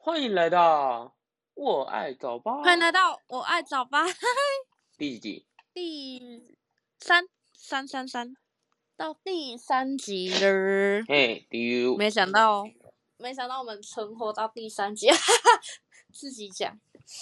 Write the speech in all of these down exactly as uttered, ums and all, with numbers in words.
欢迎来到我爱早八， 欢迎来到我爱早八， 第几集？ 第三三三三到第三集了。 嘿，丢！ 没想到，没想到我们存活到第三集，自己讲。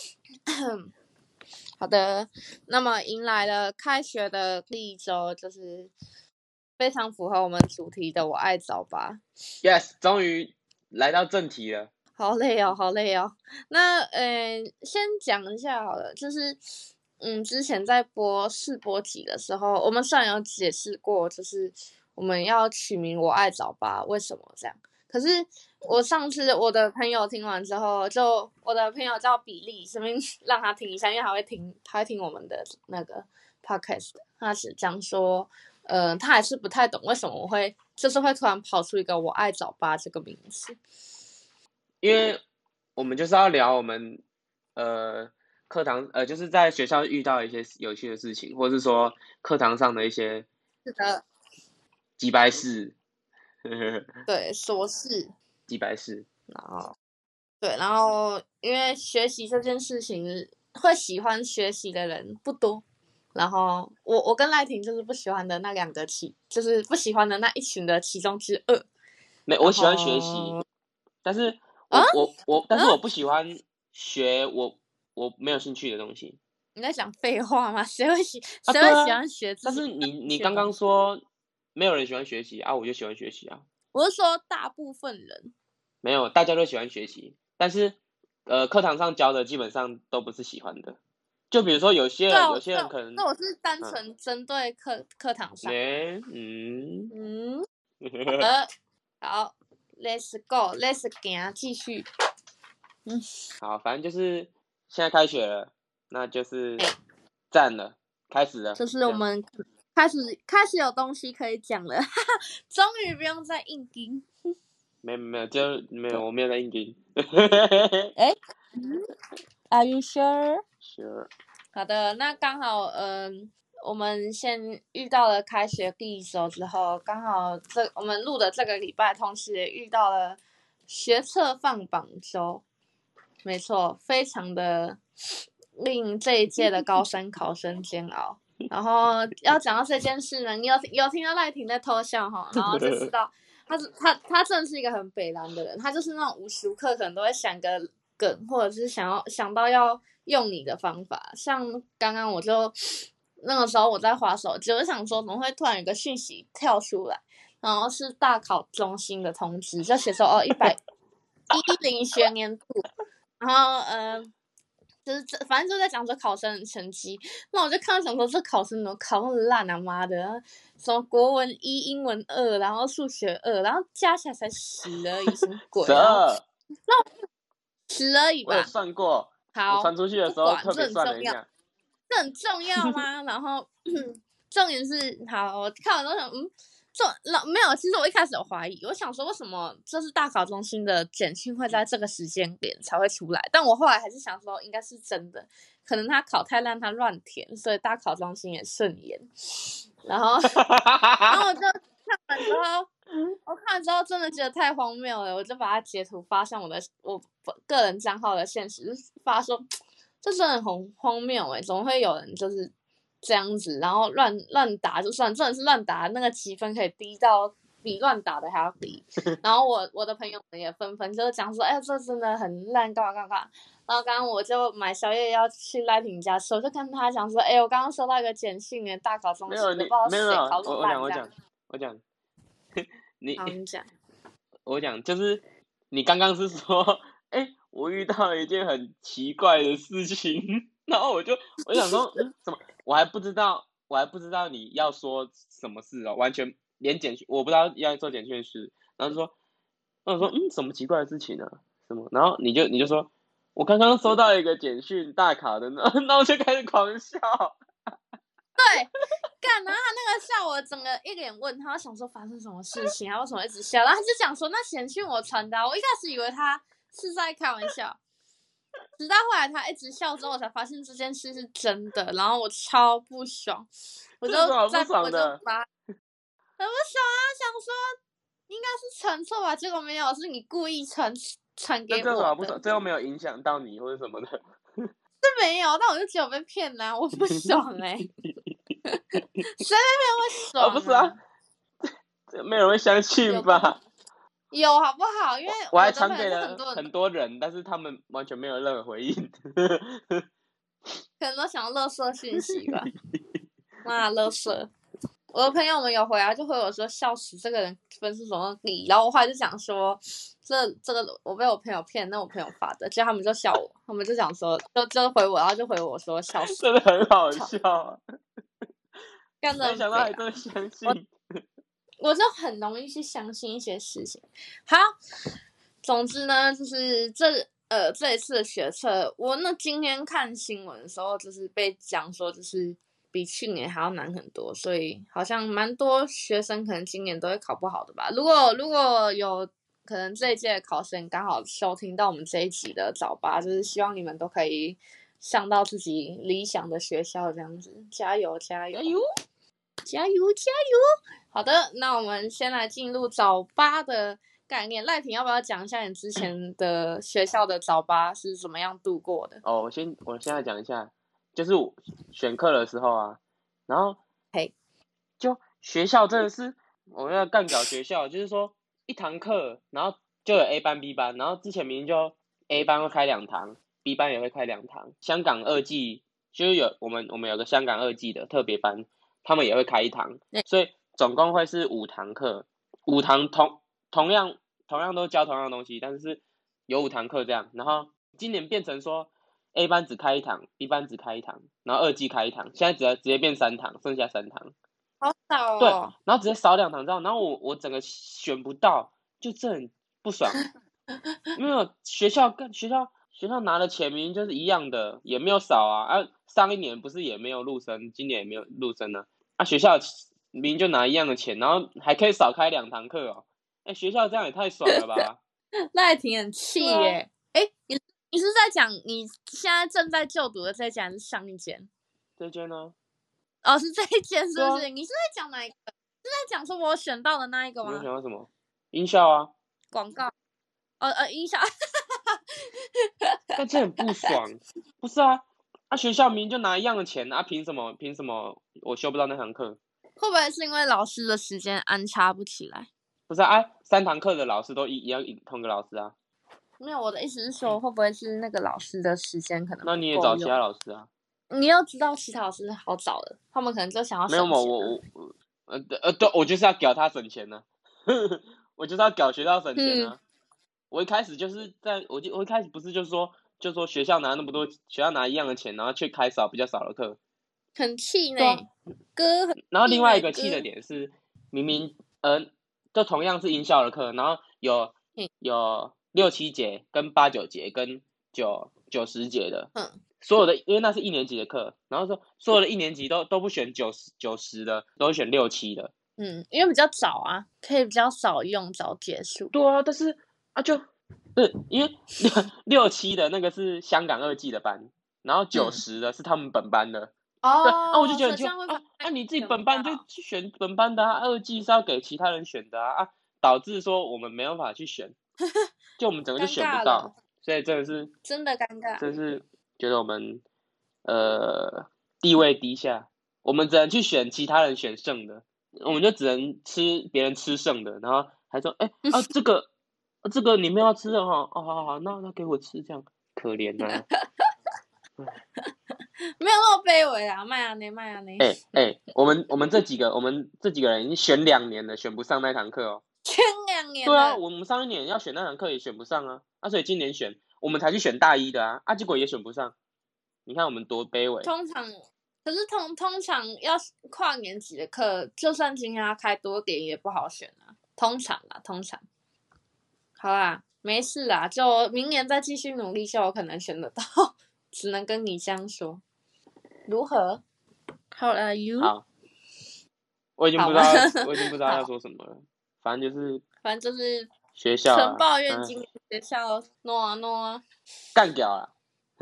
好的，那么迎来了开学的第一周，就是非常符合我们主题的我爱早八。 Yes， 终于来到正题了。 好累哦，好累哦。那呃，先讲一下好了，就是嗯，之前在播试播集的时候，我们虽然有解释过，就是我们要取名我爱早八，为什么这样？可是我上次我的朋友听完之后，就我的朋友叫比利，顺便让他听一下，因为他会听，他会听我们的那个 podcast， 他是讲说，呃，他还是不太懂为什么我会，就是会突然跑出一个我爱早八这个名字。 因为我们就是要聊我们呃课堂呃就是在学校遇到一些有趣的事情，或是说课堂上的一些是的， 鸡掰事， 对，琐事， 鸡掰事， 然后对，然后因为学习这件事情，会喜欢学习的人不多。然后我我跟赖婷就是不喜欢的那两个其，就是不喜欢的那一群的其中之二。 没，我喜欢学习，但是我、啊、我我，但是我不喜欢学我我没有兴趣的东西。 你在讲废话吗？谁会喜谁会喜欢学、啊？ 但是你你刚刚说没有人喜欢学习啊，我就喜欢学习啊。 我是说大部分人没有，大家都喜欢学习，但是呃，课堂上教的基本上都不是喜欢的。就比如说有些人，有些人可能， 那我是单纯针对课课、嗯、堂上。 欸、嗯嗯，好的，好 ，Let's go，Let's 行，继续。 嗯，好，反正就是现在开学了，那就是赞了，开始了， 就是我们开始开始有东西可以讲了，哈哈，终于不用再硬盯。 没有没有，就没有，我没有在硬盯。 哎、欸、，Are you sure? Sure。 好的，那刚好，嗯、呃，我们先遇到了开学第一周之后，刚好这我们录的这个礼拜，同时也遇到了学测放榜周。没错，非常的令这一届的高三考生煎熬。然后要讲到这件事呢，你有有听到赖婷在偷笑哈，然后就知道他是他他真的是一个很北蓝的人，他就是那种无时无刻可能都会想个梗，或者是想要想到要用你的方法。像刚刚我就那个时候我在滑手机，我就想说怎么会突然有个讯息跳出来，然后是大考中心的通知，就写说哦一百一零学年度。然后，嗯、呃，就是这，反正就在讲说考生的成绩。那我就看到想说，这考生怎么考那么烂啊？妈的，什么国文一、英文二，然后数学二，然后加起来才十而已，什么鬼？ 十二， 那十而已吧。 我有算过。 好， 我传出去的时候特别算了一下。 这很重要吗？然后重点是，好，我看完都想，嗯。这没有，其实我一开始有怀疑，我想说为什么就是大考中心的简讯会在这个时间点才会出来，但我后来还是想说应该是真的，可能他考太烂，他乱填，所以大考中心也顺延。然后，然后我就看完之后，我看完之后真的觉得太荒谬了，我就把它截图发上我的我个人账号的现实，发说这真的很荒谬哎、欸，怎么会有人就是这样子，然后乱乱打就算，真的是乱打，那个积分可以低到比乱打的还要低。然后我我的朋友们也纷纷就是讲说，哎、欸，这真的很烂，干嘛干嘛。然后刚刚我就买宵夜要去赖婷家吃，我就跟他讲说，哎、欸，我刚刚收到一个简讯诶，大考中心的，不知道谁考这么烂。 我讲我讲，你好，你讲， 我讲就是你刚刚是说，哎、欸，我遇到了一件很奇怪的事情，然后我就我就想说，嗯，什么？我还不知道，我还不知道你要说什么事哦，完全连简讯我不知道要做简讯事，然后就说，我说嗯，什么奇怪的事情啊？什么？然后你就你就说，我刚刚收到一个简讯大考的，然后我就开始狂笑。 对，干，然后他那个笑，我整个一脸问他，想说发生什么事情，他为什么一直笑？然后他就讲说那简讯我传的，我一开始以为他是在开玩笑。直到后来他一直笑之后，我才发现这件事是真的，然后我超不爽，我就在我就发，很不爽啊，想说应该是传错吧，结果没有，是你故意传传给这有什么我的。 不爽？这又没有影响到你或者什么的。 这没有，但我就觉得我被骗啦、啊，我不爽哎、欸，谁被骗会爽啊？ 哦，不是啊，这没有人会相信吧？ 有好不好？因为我还的朋友传给了是很多人很多人，但是他们完全没有任何回应。 可能都想要垃圾讯息吧。妈，垃圾！我的朋友们有回来就回我说笑死，这个人分数怎么低？然后我后来就想说，这这个我被我朋友骗，那我朋友发的，结果他们就笑我，他们就讲说，就就回我，然后就回我说笑死， 真的很好笑啊！ 干的没想到还真的相信。 我就很容易去相信一些事情。好，总之呢，就是这呃这一次的学测，我那今天看新闻的时候，就是被讲说，就是比去年还要难很多，所以好像蛮多学生可能今年都会考不好的吧。如果如果有可能这一届的考生刚好收听到我们这一集的早八，就是希望你们都可以上到自己理想的学校，这样子，加油加油！加油加油加油！好的，那我们先来进入早八的概念。赖平要不要讲一下你之前的学校的早八是怎么样度过的？ 哦，我先我现在讲一下，就是我选课的时候啊，然后嘿， 就学校真的是我要干搞学校，就是说一堂课，然后就有 A 班 B 班，然后之前明明就 A 班会开两堂 ，B 班也会开两堂，香港二季就是有我们我们有个香港二季的特别班。他们也会开一堂，所以总共会是五堂课，五堂同同样同样都教同样的东西，但是有五堂课这样。然后今年变成说 A 班只开一堂 ，B 班只开一堂，然后二季开一堂，现在直接直接变三堂，剩下三堂。 好少哦。 对，然后直接少两堂这样，然后我我整个选不到，就这很不爽，因为学校跟学校学校拿的钱明明就是一样的，也没有少啊啊，上一年不是也没有入生，今年也没有入生呢。啊，学校明明就拿一样的钱，然后还可以少开两堂课哦。哎，学校这样也太爽了吧！ 那也挺很气耶。哎、啊，你你是在讲你现在正在就读的这间还是上一间？ 这间呢？ 哦，是这一间是不是？ 啊、 你是在讲哪一个？是在讲说我选到的那一个吗？ 你有想到什么？音效啊。 广告。呃呃，音效。 但这很不爽。不是啊，啊学校明明就拿一样的钱啊，凭什么？凭什么我修不到那堂课？ 会不会是因为老师的时间安插不起来？ 不是啊，啊三堂课的老师都一一样，同个老师啊。 没有，我的意思是说，会不会是那个老师的时间可能不够用？ 那你也找其他老师啊？ 你要知道其他老师好找的，他们可能就想要省钱、啊。 没有嘛，我我呃呃对，我就是要搞他省钱呢、啊，我就是要搞学校省钱啊。嗯、我一开始就是在，我就我一开始不是就说就说学校拿那么多，学校拿一样的钱，然后去开少比较少的课， 很气呢。 啊、 哥， 然后另外一个气的点是，明明呃，就同样是音效的课，然后有有六七节跟八九节跟九九十节的，嗯。所有的，因为那是一年级的课，然后说所有的一年级都都不选九十九十的，都选六七的。 嗯，因为比较早啊，可以比较少用，早结束。 对啊，但是啊就，不是因为六六七的那个是香港二季的班，然后九十的是他们本班的。 哦、嗯。 对，啊我就觉得就啊啊你自己本班就去选本班的啊，二季是要给其他人选的啊，啊导致说我们没办法去选，就我们整个就选不到，所以真的是真的尴尬， 真是。觉得我们呃地位低下，我们只能去选其他人选剩的，我们就只能吃别人吃剩的，然后还说哎、欸、啊这个这个你们要吃的哈，哦好好好，那那给我吃，这样可怜呐、啊。 没有那么卑微啊，麦啊呢麦啊呢。 哎哎，我们我们这几个我们这几个人已经选两年了，选不上那堂课哦。 选两年。 对啊，我们上一年要选那堂课也选不上啊，啊所以今年选。我们才去选大一的啊，啊结果也选不上，你看我们多卑微。 通常，可是通通常要跨年级的课，就算今天要开多点也不好选啊。通常啦，通常。好啦，没事啦，就明年再继续努力，就有可能选得到。只能跟你这样说，如何 ？How are you？ 好，我已经不知道，我已经不知道要说什么了。反正就是， 反正就是学校、啊， 纯抱怨今年学校诺啊诺啊， 干掉了，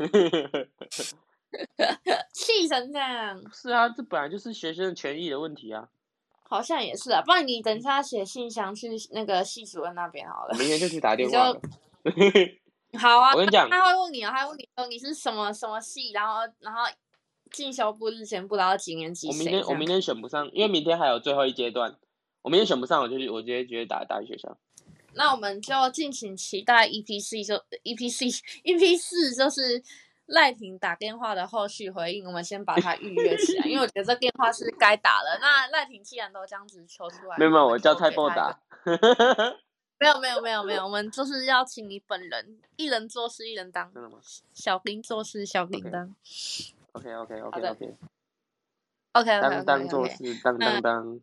气成这样。 是啊，这本来就是学生权益的问题啊。 好像也是啊，不然你等一下写信箱去那个系主任那边好了。 明天就去打电话了。 好啊， 我跟你讲， 他会问你啊，他会问你说你是什么什么系，然后然后进修部、日前部，然后几年级谁？ 我明天我明天选不上，因为明天还有最后一阶段，我明天选不上，我就我直接直接打大学学校。 那我们就敬请期待 E P C 就 E P C E P 四就是赖婷打电话的后续回应，我们先把它预约起来，因为我觉得这电话是该打的。那赖婷既然都这样子求出来， 没有没有，我叫蔡波打。 没有没有没有没有，我们就是要请你本人，一人做事一人当。 真的吗？ 小兵做事小兵当。 OK OK OK OK OK OK OK 当当做事当当当。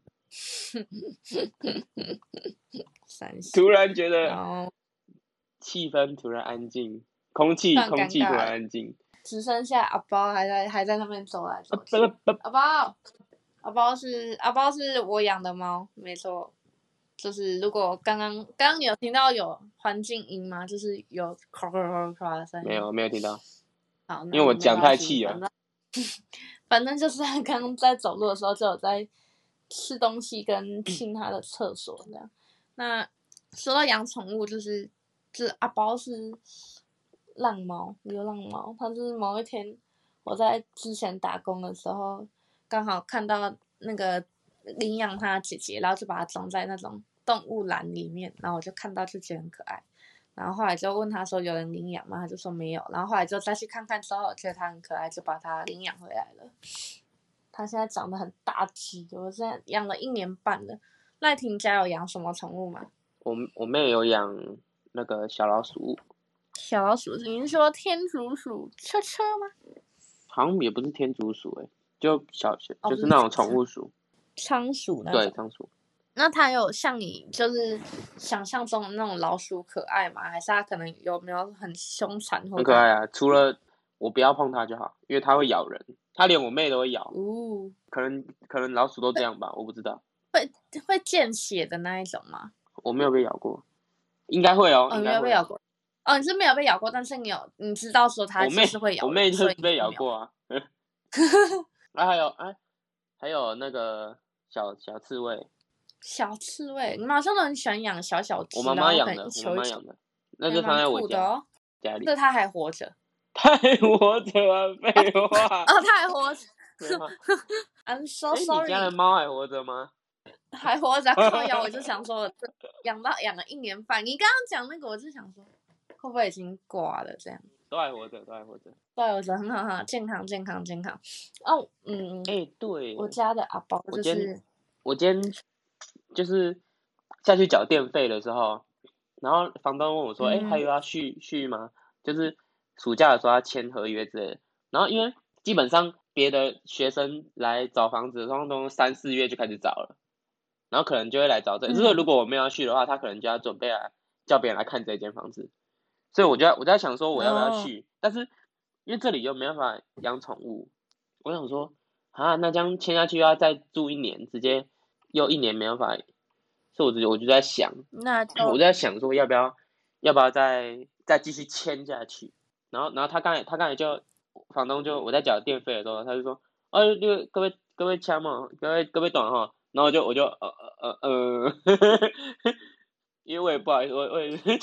突然觉得气氛突然安静，空气空气突然安静， 只剩下阿包还在还在那边走来走去。阿包，阿包是阿包是我养的猫，没错。就是如果刚刚刚刚你有听到有环境音吗？就是有咔咔咔咔的声音。 没有没有听到。 好， 因为我讲太气了。 反正就是他刚刚在走路的时候就有在吃东西跟清他的厕所这样。那说到养宠物，就是就是阿包是浪猫，流浪猫。他就是某一天我在之前打工的时候，刚好看到那个领养他的姐姐，然后就把它装在那种动物栏里面，然后我就看到就觉得很可爱。然后后来就问他说有人领养吗？他就说没有。然后后来就再去看看之后，觉得他很可爱，就把他领养回来了。他现在长得很大只，我现在养了一年半了。赖婷家有养什么宠物吗？ 我我妹有养那个小老鼠。 小老鼠？你是说天竺鼠车车吗？ 好像也不是天竺鼠诶、欸，就小就是那种宠物鼠。 仓鼠那种。 对，仓鼠。 那它有像你就是想象中的那种老鼠可爱吗？还是它可能有没有很凶残？ 很可爱啊，除了我不要碰它就好，因为它会咬人，它连我妹都会咬。 哦， 可能可能老鼠都这样吧，我不知道。 会会见血的那一种吗？ 我没有被咬过，应该会哦。 哦，没有被咬过。哦，你是没有被咬过，但是你有你知道说它就是会咬人。 我妹就是被咬过啊。啊，还有啊，还有那个小小刺猬。 小刺猬，你们好像都很喜欢养小小只。 我妈妈养的，我妈妈养的，那就放在我家、 哦、 家里。 那它还活着？ 它还活着啊，废话。 哦，它还活着。I'm so sorry。 欸、你家的猫还活着吗？ 还活着，靠腰，我就想说，养到养了一年半。你刚刚讲那个，我就想说，会不会已经挂了？这样都还活着，都还活着， 都还活着，很好，很好，健康，健康，健康。哦，嗯， 哎、欸，对， 我家的阿宝就是， 我今天就是下去缴电费的时候，然后房东问我说：“哎、嗯欸，还有要续续吗？就是暑假的时候要签合约之类的。”然后因为基本上别的学生来找房子，通常都三四月就开始找了。然后可能就会来找这，就是如果我没有要续的话，他可能就要准备来叫别人来看这间房子，所以我就我在想说我要不要续， oh. 但是因为这里又没办法养宠物，我想说啊，那这样签下去要再住一年，直接又一年没办法，所以我就我就在想， 那我就在想说要不要要不要再再继续签下去，然后然后他刚才他刚才就房东就我在缴电费的时候，他就说，哦，那个各位各位签嘛，各位各位短哈。然后我就我就呃呃呃呃，因为我也不好意思，我我也你就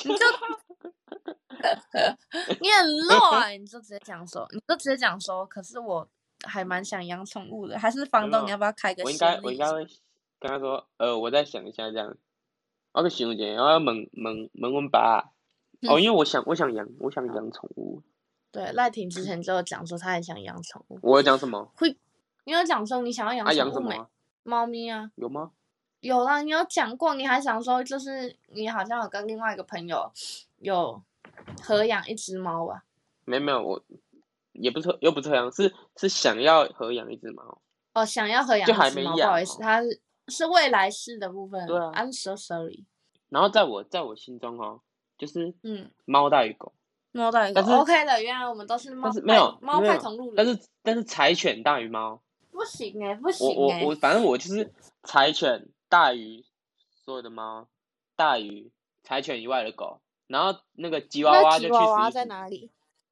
你很乱，你就直接讲说，你就直接讲说，可是我还蛮想养宠物的，还是房东你要不要开个？ 我应该我应该会跟他说，呃，我再想一下这样，我个想一下，然后问问问问爸，哦，因为我想我想养我想养宠物。 对，赖婷之前就有讲说他很想养宠物。 我有讲什么？ 会，你有讲说你想要养宠物没？ 啊猫咪啊？ 有吗？ 有啦，你有讲过，你还想说，就是你好像有跟另外一个朋友有合养一只猫吧？ 没没有，我也不是又不是合养，是是想要合养一只猫。 哦，想要合养一只猫，就还没养，不好意思，它是是未来式的部分。 对啊 ，I'm so sorry。 然后在我在我心中哦，就是嗯， 猫大于狗。 猫大于狗 ，OK 的，原来我们都是猫， 但是没有猫派同路人。 但是但是柴犬大于猫。 不行哎、欸，不行哎、欸！我我反正我就是柴犬大于所有的猫，大于柴犬以外的狗，然后那个吉娃娃就去死。 吉娃娃在哪里？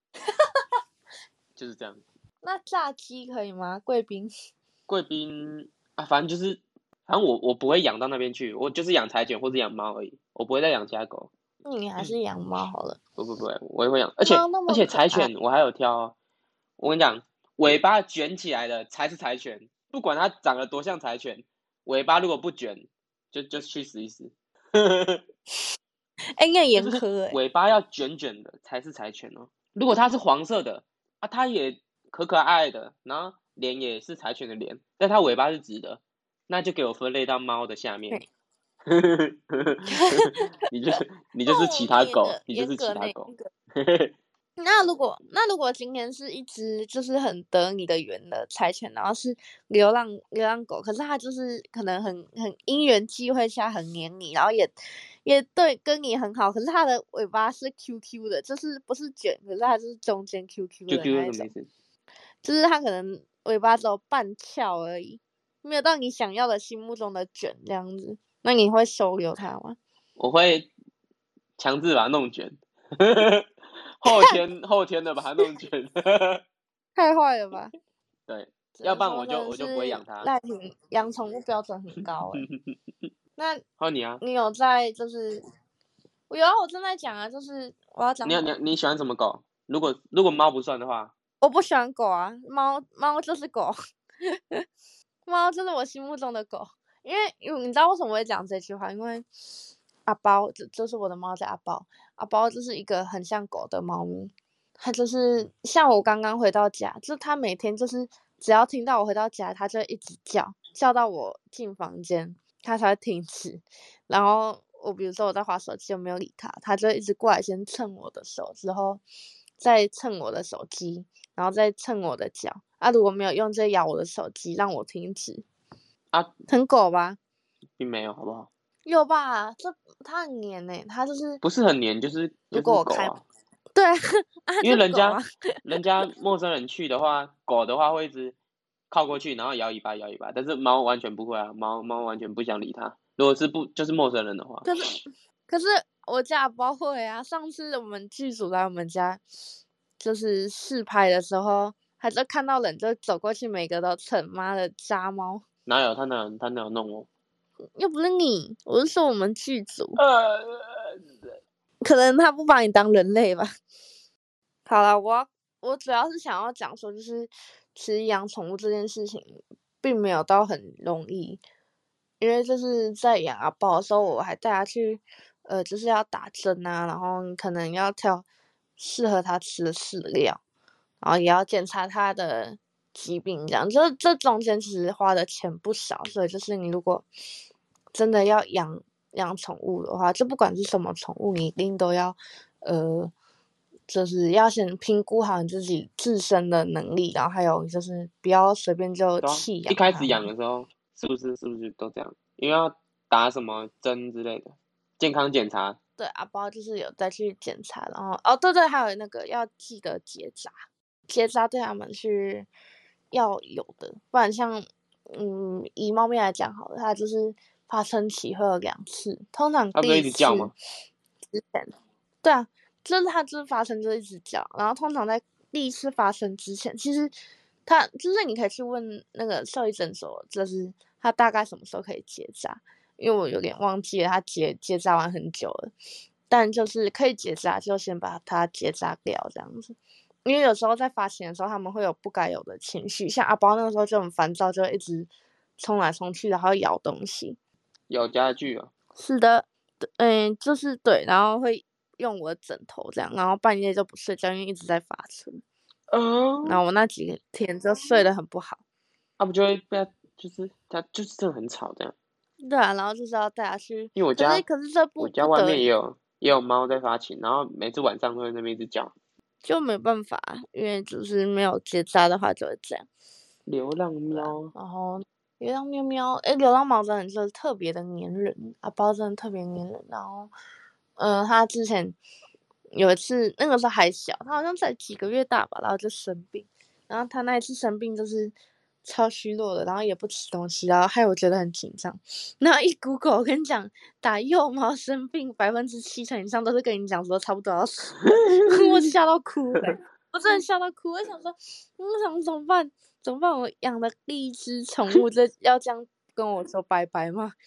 就是这样。 那炸鸡可以吗？贵宾？ 贵宾啊，反正就是，反正我我不会养到那边去，我就是养柴犬或者养猫而已，我不会再养其他狗。 你还是养猫好了。 不不不，我也会养，而且而且柴犬我还有挑哦。我跟你讲，尾巴卷起来的才是柴犬，不管它长得多像柴犬，尾巴如果不卷，就就去死一死。 哎、欸，你很严苛哎。 尾巴要卷卷的才是柴犬哦。如果它是黄色的啊，它也可可爱爱的，然后脸也是柴犬的脸，但它尾巴是直的，那就给我分类到猫的下面。你就你就是其他狗，你就是其他狗。 那如果那如果今天是一只就是很得你的缘的柴犬，然后是流浪流浪狗，可是它就是可能很很因缘际会下很黏你，然后也也对跟你很好，可是它的尾巴是 Q Q 的，就是不是卷，可是它就是中间 Q Q 的那一种，就是它可能尾巴只有半翘而已，没有到你想要的心目中的卷这样子，那你会收留它吗？ 我会强制把它弄卷。后天后天的把它弄卷。 太坏了吧？ 对，要不然我就我就不会养它。 赖平养宠物标准很高哎、欸。那换你啊？ 你有在就是我有啊，我正在讲啊，就是我要讲。 你你你喜欢什么狗？如果如果猫不算的话， 我不喜欢狗啊，猫猫就是狗，猫就是我心目中的狗。因为因为你知道为什么我会讲这句话？因为阿包这就是我的猫叫阿包，阿包就是一个很像狗的猫咪。它就是像我刚刚回到家，就是它每天就是只要听到我回到家，它就一直叫，叫到我进房间，它才会停止。然后我比如说我在滑手机，我没有理它，它就一直过来先蹭我的手，之后再蹭我的手机，然后再蹭我的脚。啊，如果没有用，就咬我的手机让我停止。 啊， 很狗吧？ 并没有，好不好？ 有吧？这它很黏欸，它就是不是很黏，就是如果我开。 就是狗啊。 对啊， 因为人家、 啊、 人家陌生人去的话，狗的话会一直靠过去，然后摇尾巴摇尾巴，但是猫完全不会啊，猫猫完全不想理它。如果是不就是陌生人的话， 可是可是我家不会啊。上次我们剧组来我们家就是试拍的时候，他就看到人就走过去，每个都蹭，妈的渣猫。 哪有他哪有他哪有弄我？ 又不是你，我是说我们剧组。 呃， 可能他不把你当人类吧。好了，我我主要是想要讲说，就是其实养宠物这件事情并没有到很容易，因为就是在养阿豹的时候，我还带他去，呃，就是要打针啊，然后可能要挑适合他吃的饲料，然后也要检查他的疾病，这样，就是这中间其实花的钱不少，所以就是你如果真的要养养宠物的话，就不管是什么宠物，你一定都要，呃。就是要先评估好你自己自身的能力，然后还有就是不要随便就弃养、啊。 一开始养的时候，是不是是不是都这样？因为要打什么针之类的，健康检查。 对，阿包就是有再去检查，然后哦，对对，还有那个要记得结扎，结扎对他们是要有的，不然像嗯，以猫咪来讲好了，它就是发生期会有两次，通常第一次之前，对啊。就是它就是发生就一直叫，然后通常在第一次发生之前，其实它就是你可以去问那个兽医诊所，就是它大概什么时候可以结扎，因为我有点忘记了它结结扎完很久了，但就是可以结扎就先把它结扎掉这样子，因为有时候在发情的时候他们会有不该有的情绪，像阿包那个时候就很烦躁，就一直冲来冲去，然后咬东西， 咬家具啊。 是的，嗯，就是对，然后会。用我的枕头这样，然后半夜就不睡觉，因为一直在发春。嗯。然后我那几天就睡得很不好。 他、啊、不就会被他，就是他就是真的很吵这样。 对啊，然后就是要带他去。 因为我家可是可是这不我家外面也有也有猫在发情，然后每次晚上都在那边一直叫。 就没办法，因为就是没有结扎的话就会这样。 流浪喵。 然后流浪喵喵，哎，流浪猫真的就是特别的黏人，阿包真的特别黏人，然后。嗯、呃，他之前有一次，那个时候还小，他好像才几个月大吧，然后就生病，然后他那一次生病就是超虚弱的，然后也不吃东西，然后害我觉得很紧张。然后一 Google，我跟你讲，打幼猫生病百分之七成以上都是跟你讲说差不多要死，我吓到哭了，我真的吓到哭，我想说，我想怎么办？怎么办？我养的第一只宠物，这要这样跟我说拜拜吗？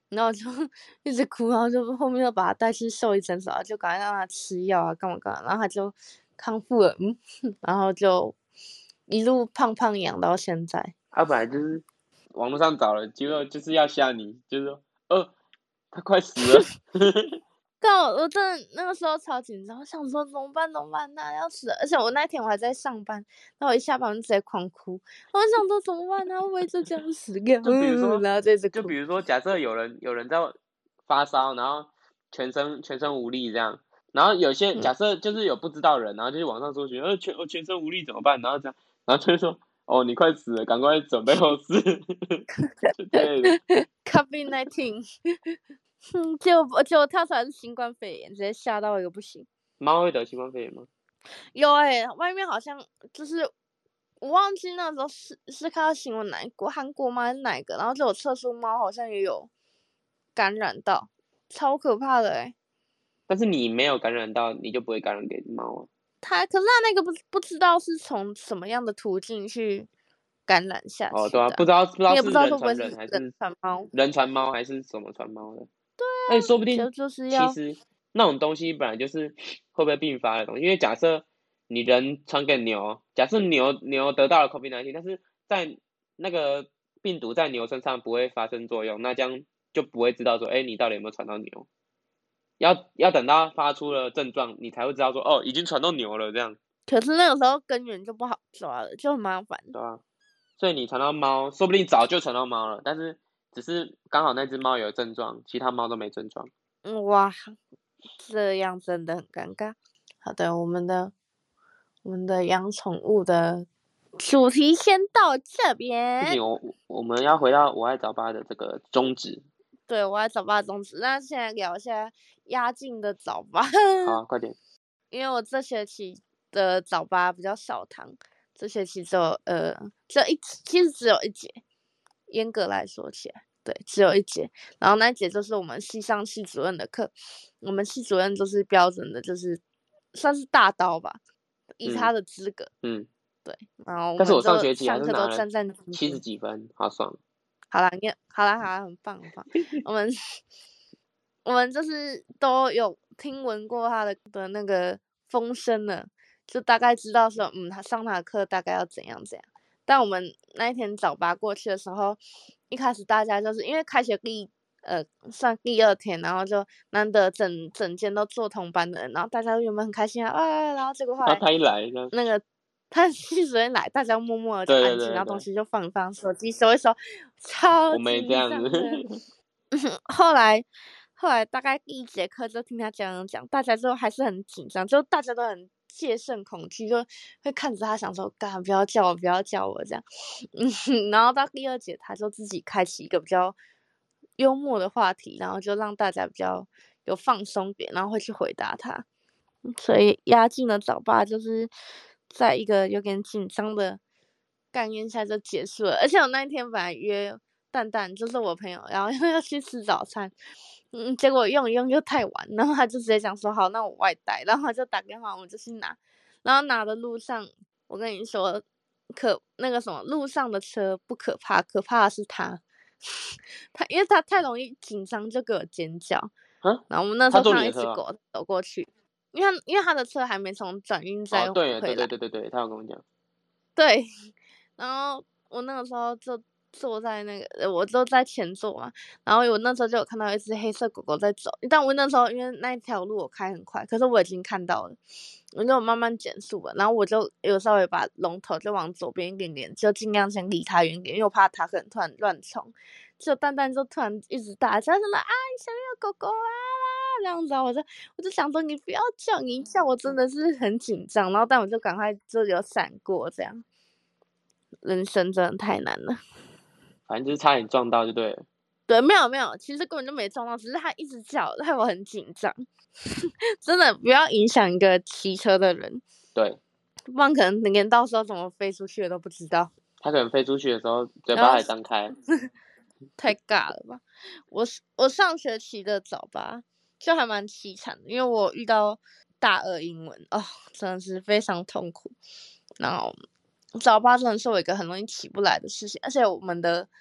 然后就一直哭，然后就后面就把他带去兽医诊所，就赶快让他吃药啊，干嘛干嘛，然后他就康复了，嗯，然后就一路胖胖养到现在。 他本来就是网络上找了，结果就是要吓你，就是说，呃，他快死了。 但我我真的那个时候超紧张，我想说怎么办怎么办，那要死了！而且我那天我还在上班，然后我一下班我就直接狂哭，我想说怎么办，他会不会就这样死掉？ 就比如说， 然后就一直哭。 就比如说，假设有人有人在发烧，然后全身全身无力这样，然后有些假设就是有不知道人，然后就去网上搜寻，呃全我全身无力怎么办？然后这样，然后就会说，哦你快死了，赶快准备后事，就之类的。 COVID 十九，结果结果跳出来是新冠肺炎，直接吓到一个不行。 猫会得新冠肺炎吗？ 有哎、欸，外面好像就是我忘记那时候是是看到新闻哪一国韩国吗还是哪一个，然后就有测出猫好像也有感染到，超可怕的哎、欸。 但是你没有感染到，你就不会感染给猫啊。 他可是他那个不不知道是从什么样的途径去感染下去的、 哦，对啊，不知道不知道是你也不知道会人传不会是人人还是传猫， 人传猫还是什么传猫的。对啊，说不定就就是要其实那种东西本来就是会不会并发的东西，因为假设你人传给牛，假设牛牛得到了 COVID 十九，但是在那个病毒在牛身上不会发生作用，那这样就不会知道说，哎，你到底有没有传到牛？要要等到发出了症状，你才会知道说，哦，已经传到牛了这样。 可是那个时候根源就不好抓了，就很麻烦。 对啊，所以你传到猫，说不定早就传到猫了，但是只是刚好那只猫有症状，其他猫都没症状。 嗯，哇，这样真的很尴尬。好的，我们的我们的养宠物的主题先到这不边。 行，我我们要回到我爱早八的这个宗旨。 对，我爱早八的宗旨。那现在聊一下压境的早八。 好啊，快点。 因为我这学期的早八比较少堂，这学期只有呃只有一其实只有一节，严格来说起来，对，只有一节。然后那一节就是我们系上系主任的课，我们系主任就是标准的，就是算是大刀吧，以他的资格， 嗯， 对。然后我但是我们就上学期还上课都是拿了战战兢七十兢。 几分，好爽。 好啦，你好啦好啦，很棒很棒。我们我们就是都有听闻过他的的那个风声了，就大概知道说，嗯，他上他的课大概要怎样怎样。但我们那一天早八过去的时候，一开始大家就是因为开学第呃算第二天，然后就难得整整间都做同班的人，然后大家原本很开心啊，啊，然后结果后来然后他一来，这样那个他系主任来，大家默默的就对对安静， 对对， 然后东西就放一放，手机收一收，超我没紧这样子。 张的。后来后来大概第一节课就听他讲讲，大家就还是很紧张，就大家都很戒慎恐惧，就会看着他想说，干不要叫我，不要叫我这样。嗯，然后到第二节他就自己开启一个比较幽默的话题，然后就让大家比较有放松点，然后会去回答他。所以压境的早八就是在一个有点紧张的概念下就结束了。而且我那一天本来约蛋蛋，就是我朋友，然后要去吃早餐，嗯，结果用一用又太晚，然后他就直接讲说好，那我外带，然后他就打电话，我们就去拿，然后拿的路上，我跟你说，可那个什么路上的车不可怕，可怕的是他，他因为他太容易紧张就给我尖叫， 啊？ 然后我们那时他候看到一只坐你的车啊？ 狗走过去。因为他因为他的车还没从转运哦， 站对对回来， 对对对对，他有跟我讲。 对，然后我那个时候就坐在那个，呃我就在前座嘛，然后我那时候就有看到一只黑色狗狗在走，但我那时候因为那一条路我开很快，可是我已经看到了，我就慢慢减速了，然后我就有稍微把龙头就往左边一点点，就尽量先离它远一点，因为我怕它可能突然乱冲，就蛋蛋就突然一直大叫什么啊，想要狗狗啊！这样子啊，我就我就想说你不要叫，你一叫我真的是很紧张，然后但我就赶快就有闪过，这样，人生真的太难了。 反正就是差点撞到就对了。 对，没有没有，其实根本就没撞到，只是他一直叫，害我很紧张。真的不要影响一个骑车的人， 对， 不然可能连到时候怎么飞出去的都不知道。 他可能飞出去的时候嘴然后巴还张开。 太尬了吧！我我上学期的早八就还蛮凄惨的，因为我遇到大二英文哦，真的是非常痛苦。然后早八真的是我一个很容易起不来的事情，而且我们的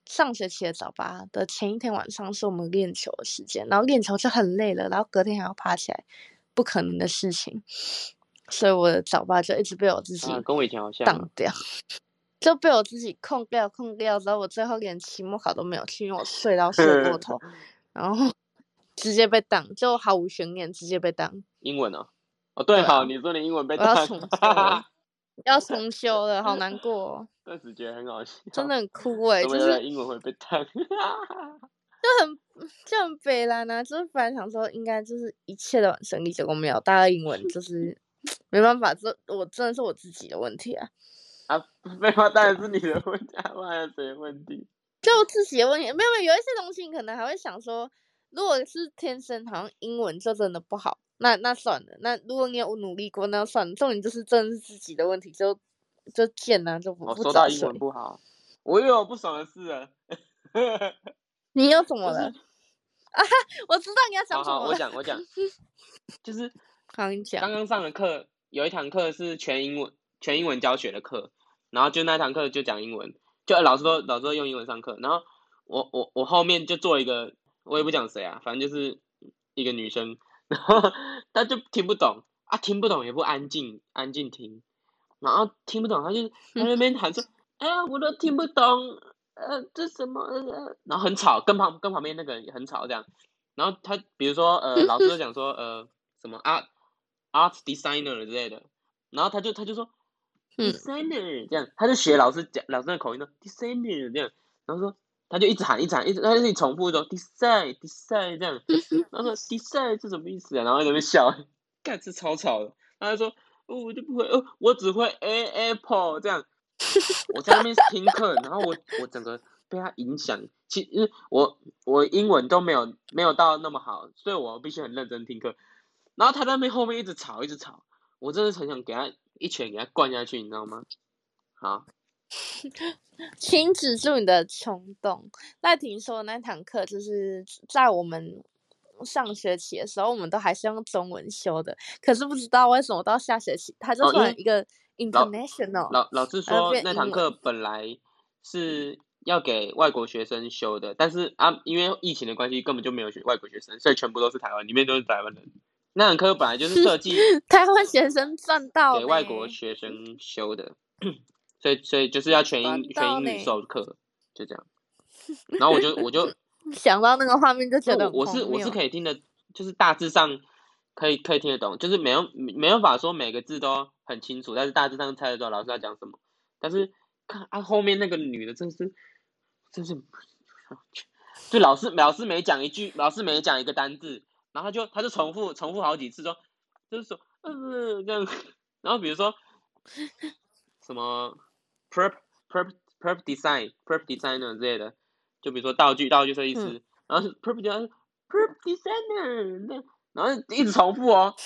上学期的早八的前一天晚上是我们练球的时间，然后练球就很累了，然后隔天还要爬起来，不可能的事情，所以我的早八就一直被我自己啊，跟我以前好像挡掉，就被我自己控掉控掉，之后我最后连期末考都没有去，因为我睡到睡过头，然后直接被挡，就毫无悬念，直接被挡。 英文哦，哦对， 对啊好，你说你英文被我要当， 重修了，要重修了，好难过、哦， 顿时觉得很好笑， 真的很哭哎、 怎么就是有人英文会被当？ 就很就很北蓝啊，就是本来想说应该就是一切都很顺利，结果没有，大家英文就是没办法，这我真的是我自己的问题啊， 啊，废话当然是你的问题，啊，不然还有谁的问题？ 就自己的问题。没有没有，有一些东西你可能还会想说，如果是天生好像英文就真的不好，那那算了。那如果你有努力过，那算了。重点就是真的是自己的问题，就就贱啊，就不我不早睡。 说到英文不好，我又有不爽的事了。 你又怎么了？ 就是啊哈，我知道你要讲好好， 什么了。 我讲我讲，就是好，你讲。 刚刚上的课有一堂课是全英文全英文教学的课，然后就那堂课就讲英文，就老师都老师都用英文上课，然后我我我后面就做一个，我也不讲谁啊，反正就是一个女生，然后她就听不懂啊，听不懂也不安静安静听，然后听不懂，她就她在那边喊说，哎呀，我都听不懂，呃，这什么，呃，然后很吵，跟旁跟旁边那个人也很吵这样，然后他比如说呃，老师就讲说呃什么 art art designer 之类的，然后他就他就说嗯 designer 这样，他就学老师讲老师的口音说 designer 这样，然后说他就一直喊一直喊一直他就一直重复说 design design 这样，然后说 design 是什么意思啊？然后在那边笑，干是超吵的，他就说哦我就不会哦，我只会 a apple 这样。我在那边听课，然后我我整个被他影响，其实我我英文都没有没有到那么好，所以我必须很认真听课。然后他在那边后面一直吵一直吵，我真的很想给他一拳给他灌下去，你知道吗？好， 请止住你的冲动。赖婷说的那堂课就是在我们上学期的时候，我们都还是用中文修的，可是不知道为什么到下学期，他就哦，因为突然一个老 international， 老老师然后说那堂变英文。 课本来是要给外国学生修的，但是啊，因为疫情的关系，根本就没有学外国学生，所以全部都是台湾，里面都是台湾人。那堂课本来就是设计台湾学生赚到给外国学生修的，所以所以就是要全英全英语授课，就这样。然后我就我就想到那个画面就觉得很我是我是荒谬。 可以听的，就是大致上可以可以听得懂，就是没有没办法说每个字都很清楚，但是大致上猜得到老师在讲什么。但是看啊后面那个女的真是真是，就老师老师每讲一句，老师每讲一个单字，然后他就他就重复重复好几次说，就是说呃这样，然后比如说什么 prep prep prep design prep designer 之类的，就比如说道具道具设计师， 嗯然后是 prep designer prep designer 那，然后一直重复哦。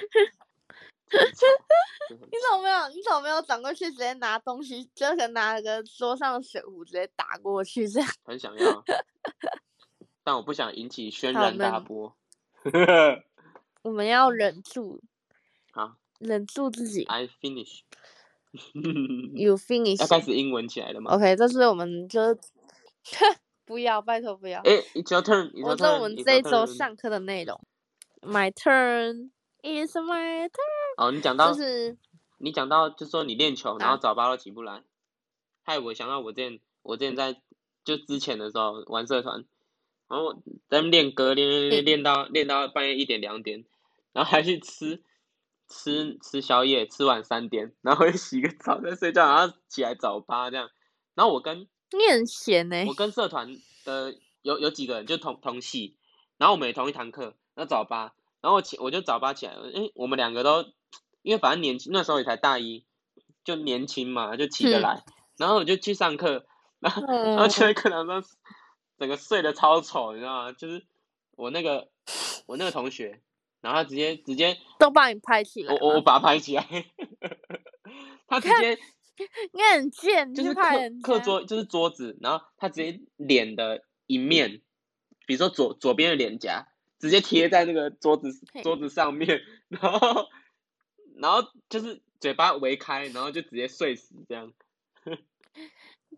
你怎么没有？你怎么没有转过去直接拿东西，就是拿个桌上的水壶直接打过去这样？ 很想要，但我不想引起轩然大波。 我们要忍住， 好， 忍住自己。 I finish 。 You finish。 要开始英文起来了吗 OK，这是我们就不要，拜托不要。 哎，It's your turn. It's 我 your 这我 turn. 们 It's 这 your 一周 turn. 上课的内容。My turn. It's my turn。 哦，你讲到， 就是你讲到，就说你练球，然后啊早八都起不来，害我想到我之前，我之前在就之前的时候玩社团，然后在那边练歌，练练练练到练到半夜一点两点，然后还去吃吃吃宵夜，吃完三点，然后会洗个澡再睡觉，然后起来早八这样，然后我跟你很闲呢、 我跟社团的有有几个人就同同系，然后我们也同一堂课，那早八，然后我起我就早八起来了，诶，我们两个都因为反正年轻那时候也才大一，就年轻嘛，就起得来，然后我就去上课，然后然后就在课堂上整个睡得超丑，你知道吗？就是我那个我那个同学，然后他直接直接都把你拍起来吗。 我我我把他拍起来，他直接你很贱，你就是课拍人家。 课桌就是桌子，然后他直接脸的一面，比如说左左边的脸颊，直接贴在那个桌子嘿桌子上面，然后然后就是嘴巴围开，然后就直接睡死这样。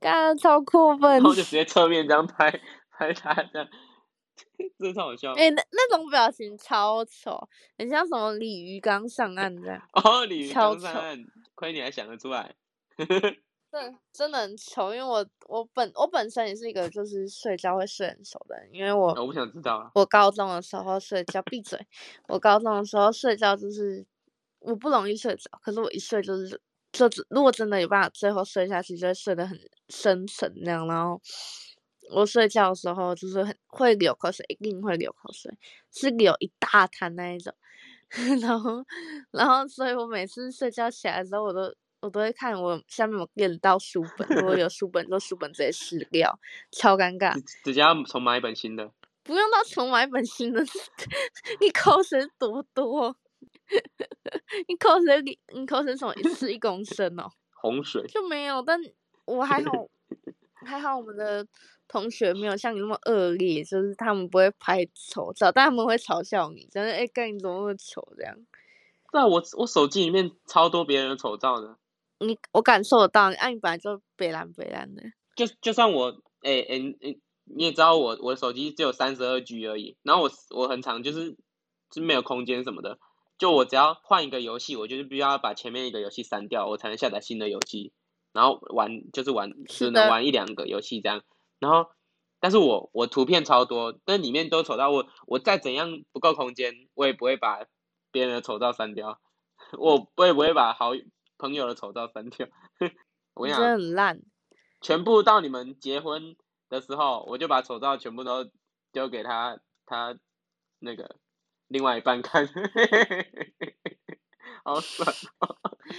干超过分。 然后就直接侧面这样拍拍他这样，真的超好笑。 哎、欸，那那种表情超丑，很像什么鲤鱼刚上岸这样。 哦，鲤鱼超丑。 刚上岸，亏你还想得出来。 对，真的很丑，因为我我本我本身也是一个就是睡觉会睡很熟的人，因为我我不想知道啊。 我高中的时候睡觉，闭嘴！我高中的时候睡觉就是我不容易睡着，可是我一睡就是就如果真的有办法最后睡下去，就会睡得很深沉那样。然后我睡觉的时候就是很会流口水，一定会流口水，是流一大滩那一种。然后然后所以我每次睡觉起来的时候，我都。我都会看我下面有练到书本，如果有书本，就书本直接撕掉，超尴尬。 直接要重买一本新的。 不用到重买一本新的，你口水多多，你口水你你口水什么一次一公升哦？ 洪水就没有，但我还好，还好我们的同学没有像你那么恶劣，就是他们不会拍丑照，但他们会嘲笑你，真的哎，干你怎么那么丑这样？ 对啊，我我手机里面超多别人的丑照的。 你我感受得到，你、啊、你本来就北蓝北蓝的。 就就算我哎哎哎，你也知道我我的手机只有三十二 G 而已，然后我我很常就是就没有空间什么的，就我只要换一个游戏，我就是必须要把前面一个游戏删掉，我才能下载新的游戏，然后玩就是玩只能玩一两个游戏这样，然后但是我我图片超多，但里面都丑到我我再怎样不够空间，我也不会把别人的丑照删掉，我我也不会把好朋友的丑照删掉。我跟你讲， 真的很烂。 全部到你们结婚的时候，我就把丑照全部都丢给他，他那个另外一半看，好爽哦！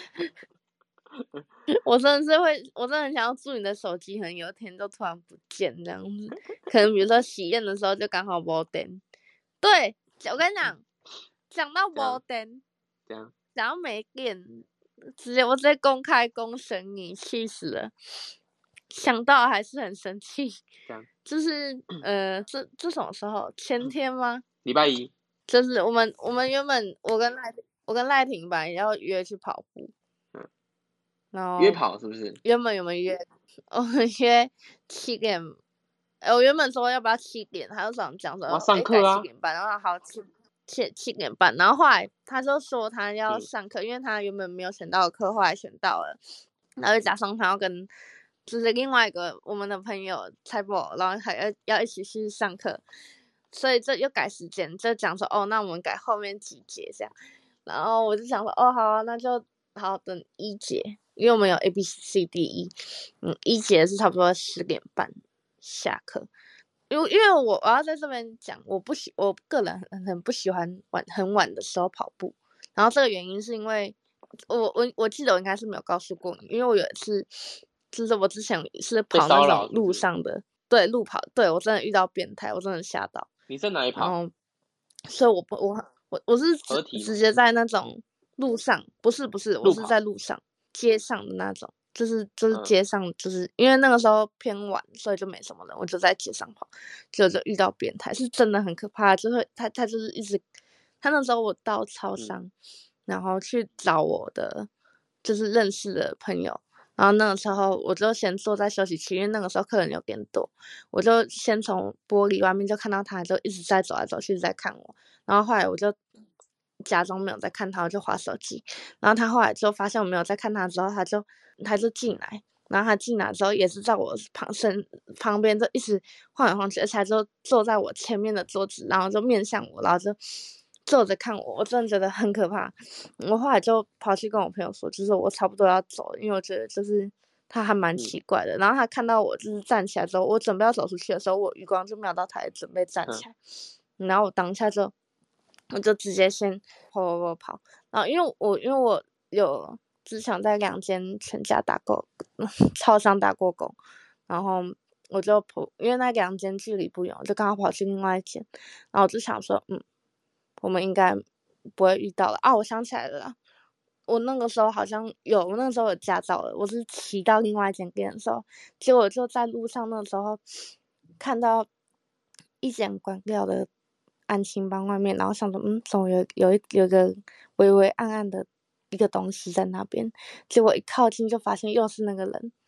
我真的是会，我真的很想要祝你的手机，可能有一天就突然不见这样子。可能比如说喜宴的时候就刚好没电。对，我跟你讲，讲到没电， 这样讲到没电，直接我直接公开公审你，气死了。想到还是很生气。 这样就是呃，这这什么时候？前天吗？ 礼拜一。 就是我们我们原本我跟赖我跟赖婷吧要约去跑步。 嗯。 然后约跑是不是？ 原本我们约我们约七点，呃，我原本说要不要七点，他就想讲说我要上课啊， 七点半，然后好七七七点半，然后后来他就说他要上课，嗯、因为他原本没有选到的课，后来选到了，然后就加上他要跟就是另外一个我们的朋友蔡博，然后还要要一起去上课，所以这又改时间，就讲说哦，那我们改后面几节这样，然后我就想说哦好啊，那就好等一节。因为我们有 A B C D E， 嗯，一节是差不多十点半下课。因为因为我我要在这边讲，我不喜我个人很很不喜欢晚很晚的时候跑步。然后这个原因是因为我我我记得我应该是没有告诉过你，因为我有一次就是我之前是跑那种路上的，是是对路跑，对我真的遇到变态，我真的吓到。 你在哪里跑？ 然后所以我不我我我是直直接在那种路上，不是不是，我是在路上。街上的那种，就是就是街上，嗯、就是因为那个时候偏晚，所以就没什么人，我就在街上跑，结果就遇到变态，是真的很可怕。就会他他就是一直，他那时候我到超商，嗯、然后去找我的就是认识的朋友，然后那个时候我就先坐在休息区，因为那个时候客人有点多，我就先从玻璃外面就看到他，就一直在走来走去，一直在看我，然后后来我就。假装没有在看他，我就滑手机。然后他后来就发现我没有在看他之后，他就他就进来。然后他进来之后也是在我旁身旁边就一直晃来晃去，而且他就坐在我前面的桌子，然后就面向我，然后就坐着看我。我真的觉得很可怕。我后来就跑去跟我朋友说，就是我差不多要走了，因为我觉得就是他还蛮奇怪的。然后他看到我就是站起来之后，我准备要走出去的时候，我余光就瞄到他也准备站起来，嗯、然后我当下就。我就直接先跑跑跑跑，然后因为我因为我有之前在两间全家打过，超商打过工，然后我就跑，因为那两间距离不远，我就刚好跑去另外一间，然后我就想说，嗯，我们应该不会遇到了啊！我想起来了啦，我那个时候好像有，我那个时候有驾照了，我是骑到另外一间店的时候，结果就在路上那时候看到一间关掉的。安亲班外面，然后想着，嗯，怎么有有一有一个微微暗暗的一个东西在那边？结果一靠近就发现又是那个人，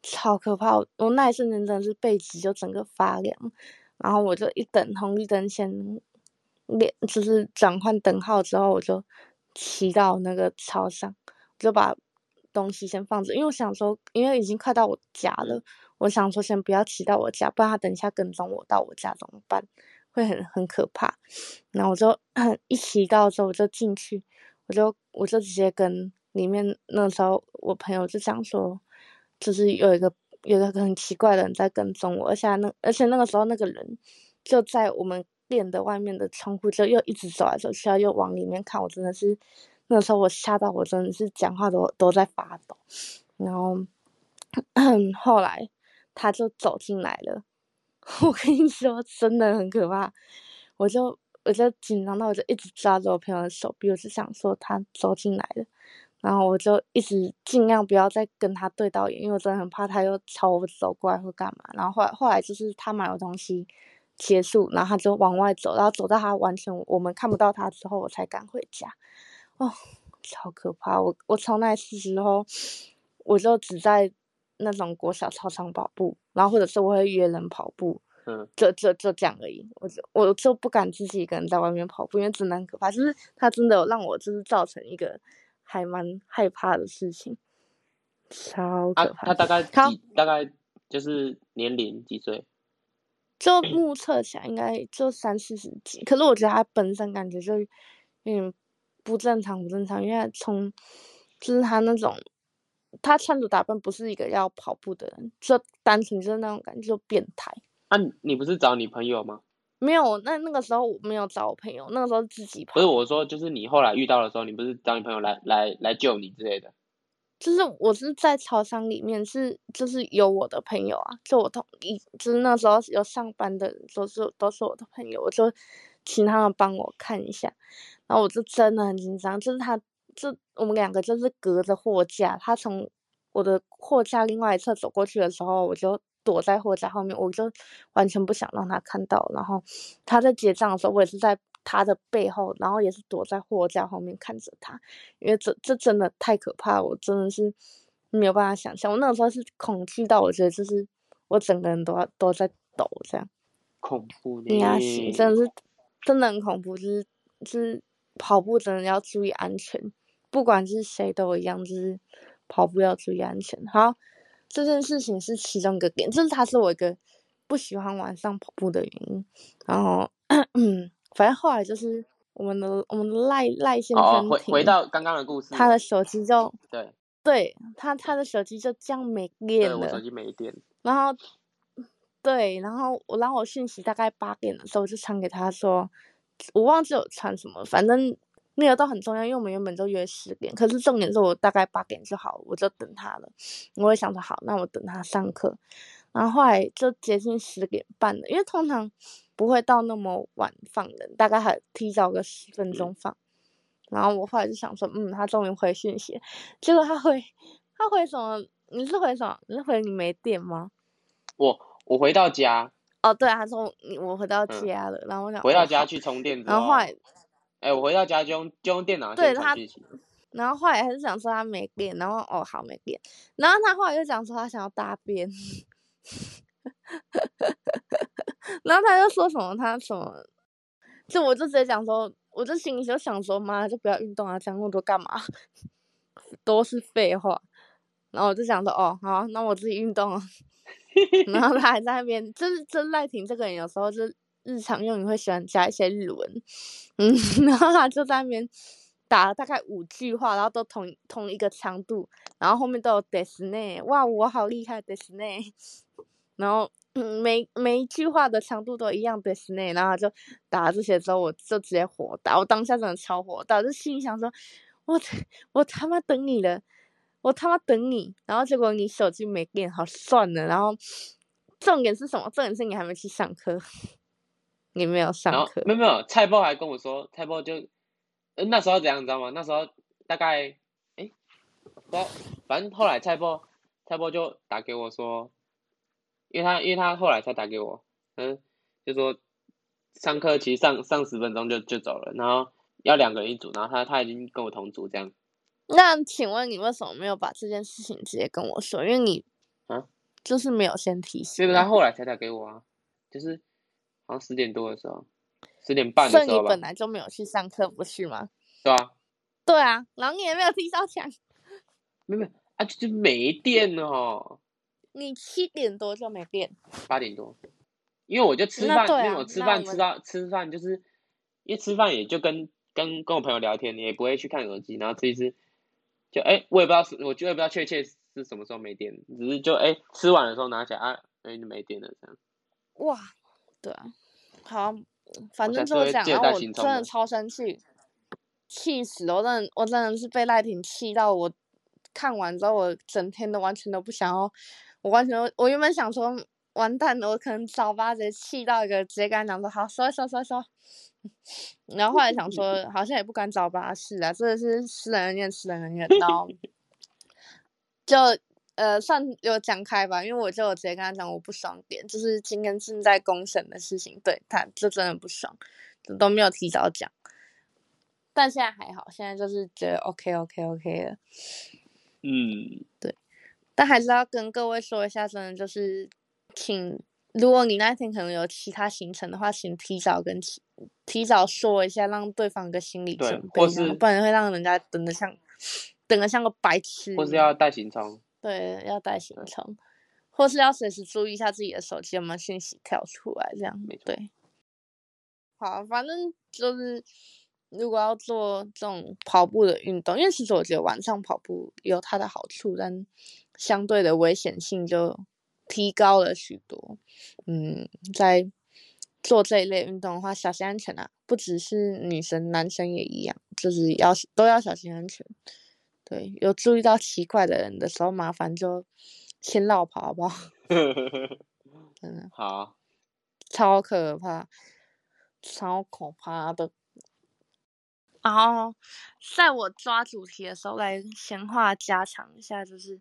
超可怕！我我那一瞬间真的是背脊就整个发凉，然后我就一等红绿灯先连就是转换灯号之后，我就骑到那个操场，就把东西先放着，因为我想说，因为已经快到我家了， 嗯我想说先不要骑到我家，不然他等一下跟踪我到我家怎么办？会很很可怕。然后我就一骑到之后，我就进去，我就我就直接跟里面那时候我朋友就讲说，就是有一个有一个很奇怪的人在跟踪我，而且那而且那个时候那个人就在我们店的外面的窗户，就又一直走来走去，又往里面看，我真的是那个时候我吓到我真的是讲话都都在发抖。然后后来他就走进来了，我跟你说真的很可怕，我就我就紧张到我就一直抓着我朋友的手臂，我就想说他走进来了，然后我就一直尽量不要再跟他对到眼，因为我真的很怕他又朝我走过来会干嘛。然后后来后来就是他买了东西结束，然后他就往外走，然后走到他完全我们看不到他之后，我才赶回家。哦，超可怕！我我从那次之后，我就只在那种国小操场跑步，然后或者是我会约人跑步， 嗯， 就就就这样而已。我就我就不敢自己一个人在外面跑步，因为真的很可怕。就是他真的有让我就是造成一个还蛮害怕的事情，超啊， 可怕。 他大概好， 几大概就是年龄几岁？ 就目测起来应该就三四十几，可是我觉得他本身感觉就有点不正常，不正常，因为从就是他那种他穿着打扮不是一个要跑步的人，就单纯就是那种感觉就变态。 啊，你不是找你朋友吗？ 没有，那那个时候我没有找我朋友，那个时候自己跑。 不是我说，就是你后来遇到的时候，你不是找你朋友来来来救你之类的？ 就是我是在超商里面是就是有我的朋友啊，就我同一就是那时候有上班的人都是都是我的朋友，我就请他们帮我看一下，然后我就真的很紧张，就是他就我们两个就是隔着货架，他从我的货架另外一侧走过去的时候，我就躲在货架后面，我就完全不想让他看到，然后他在结账的时候，我也是在他的背后，然后也是躲在货架后面看着他，因为这这真的太可怕了，我真的是没有办法想象。我那个时候是恐惧到，我觉得就是我整个人都要都在抖，这样恐怖压心， 呢。 真的是真的很恐怖。就是就是跑步真的要注意安全，不管是谁都一样，就是跑步要注意安全。好，这件事情是其中一个点，就是它是我一个不喜欢晚上跑步的原因。然后，嗯。反正后来就是我们的我们的赖赖先哦， 生停， 回回到刚刚的故事， 他的手机就对对他他的手机就这样没对， 电我手了， 机没电， 然后对，然后我让我讯息大概八点的时候我就传给他说，我忘记有传什么，反正那个都很重要，因为我们原本就约十点，可是重点是我大概八点就好，我就等他了。我也想说好，那我等他上课，然后后来就接近十点半了，因为通常不会到那么晚放人，大概还提早个十分钟放。然后我后来就想说，嗯，他终于回讯息，结果他回他回什么？你是回什么？你是回你没电吗？ 我我回到家， 哦，对啊，他说你我回到嗯， 家了，然后我想回到哦好， 家去充电之后， 然后后来哎，我回到家就用就用电脑对他， 先传讯息， 然后后来还是想说他没电，然后哦好没电，然后他后来又讲说他想要大便，然后他又说什么他什么，就我就直接讲说，我就心里就想说妈就不要运动啊，讲那么多干嘛？都是废话。然后我就想说哦好，那我自己运动啊。然后他还在那边，就是就是赖婷这个人有时候就是日常用语会喜欢加一些日文，嗯，然后他就在那边打了大概五句话，然后都同同一个长度，然后后面都有 des 呢，哇，我好厉害 des 呢，然后嗯每每一句话的长度都一样 des 呢，然后他就打了这些之后，我就直接火大，我当下真的超火大，就心里想说，我我他妈等你了。我他妈等你，然后结果你手机没电，好算了。然后重点是什么？重点是你还没去上课，你没有上然后课。 没有没有，菜包还跟我说，菜包就，呃那时候怎样你知道吗？那时候大概，哎，不知道，反正后来菜包菜包就打给我说，因为他因为他后来才打给我，嗯，就说上课其实上上十分钟就就走了，然后要两个人一组，然后他他已经跟我同组这样。 那请问你为什么没有把这件事情直接跟我说？因为你啊， 就是没有先提醒。 这个他后来才打给我啊，就是好像十点多的时候，十点半所以的时候吧。 你本来就没有去上课，不是吗？ 对啊。 对啊，然后你也没有提早讲。 没有没有啊，就是没电了哦。 你七点多就没电？ 八点多，因为我就吃饭， 那对啊， 因为我吃那我们饭吃到吃饭，就是因为吃饭也就跟跟跟我朋友聊天，也不会去看手机，然后吃一吃，就哎、欸，我也不知道是，我就也不知道确切是什么时候没电，只是就哎、欸、吃完的时候拿起来啊，哎、欸、就没电了这样。 哇，对啊，好，反我下次正就是这样。 会记得带然后我行充的。 真的超生气，气死了！我真的我真的是被赖婷气到我。看完之后，我整天都完全都不想要，我完全我原本想说完蛋了，我可能早八直接气到一个，直接跟他讲说好收一收收一收。然后后来想说，好像也不敢找巴士啊，真的是私人恩怨，私人恩怨。然后就呃算有讲开吧，因为我就有直接跟他讲我不爽点，就是今天正在公审的事情，对他就真的不爽，都没有提早讲。但现在还好，现在就是觉得 OK OK OK 了。 嗯， 对，但还是要跟各位说一下，真的就是请，如果你那天可能有其他行程的话，请提早跟提早说一下，让对方有个心理准备，然后不然会让人家等得像等得像个白痴。 或是要带行充。 对，要带行充，或是要随时注意一下自己的手机有没有讯息跳出来，这样。对。好，反正就是。如果要做这种跑步的运动，因为其实我觉得晚上跑步有它的好处，但相对的危险性就提高了许多。嗯，在做这一类运动的话，小心安全啊！不只是女生，男生也一样，就是要都要小心安全。对，有注意到奇怪的人的时候，麻烦就先绕跑，好不好？真的好， 超可怕，超可怕的。然后，在我抓主题的时候，来闲话家常一下，就是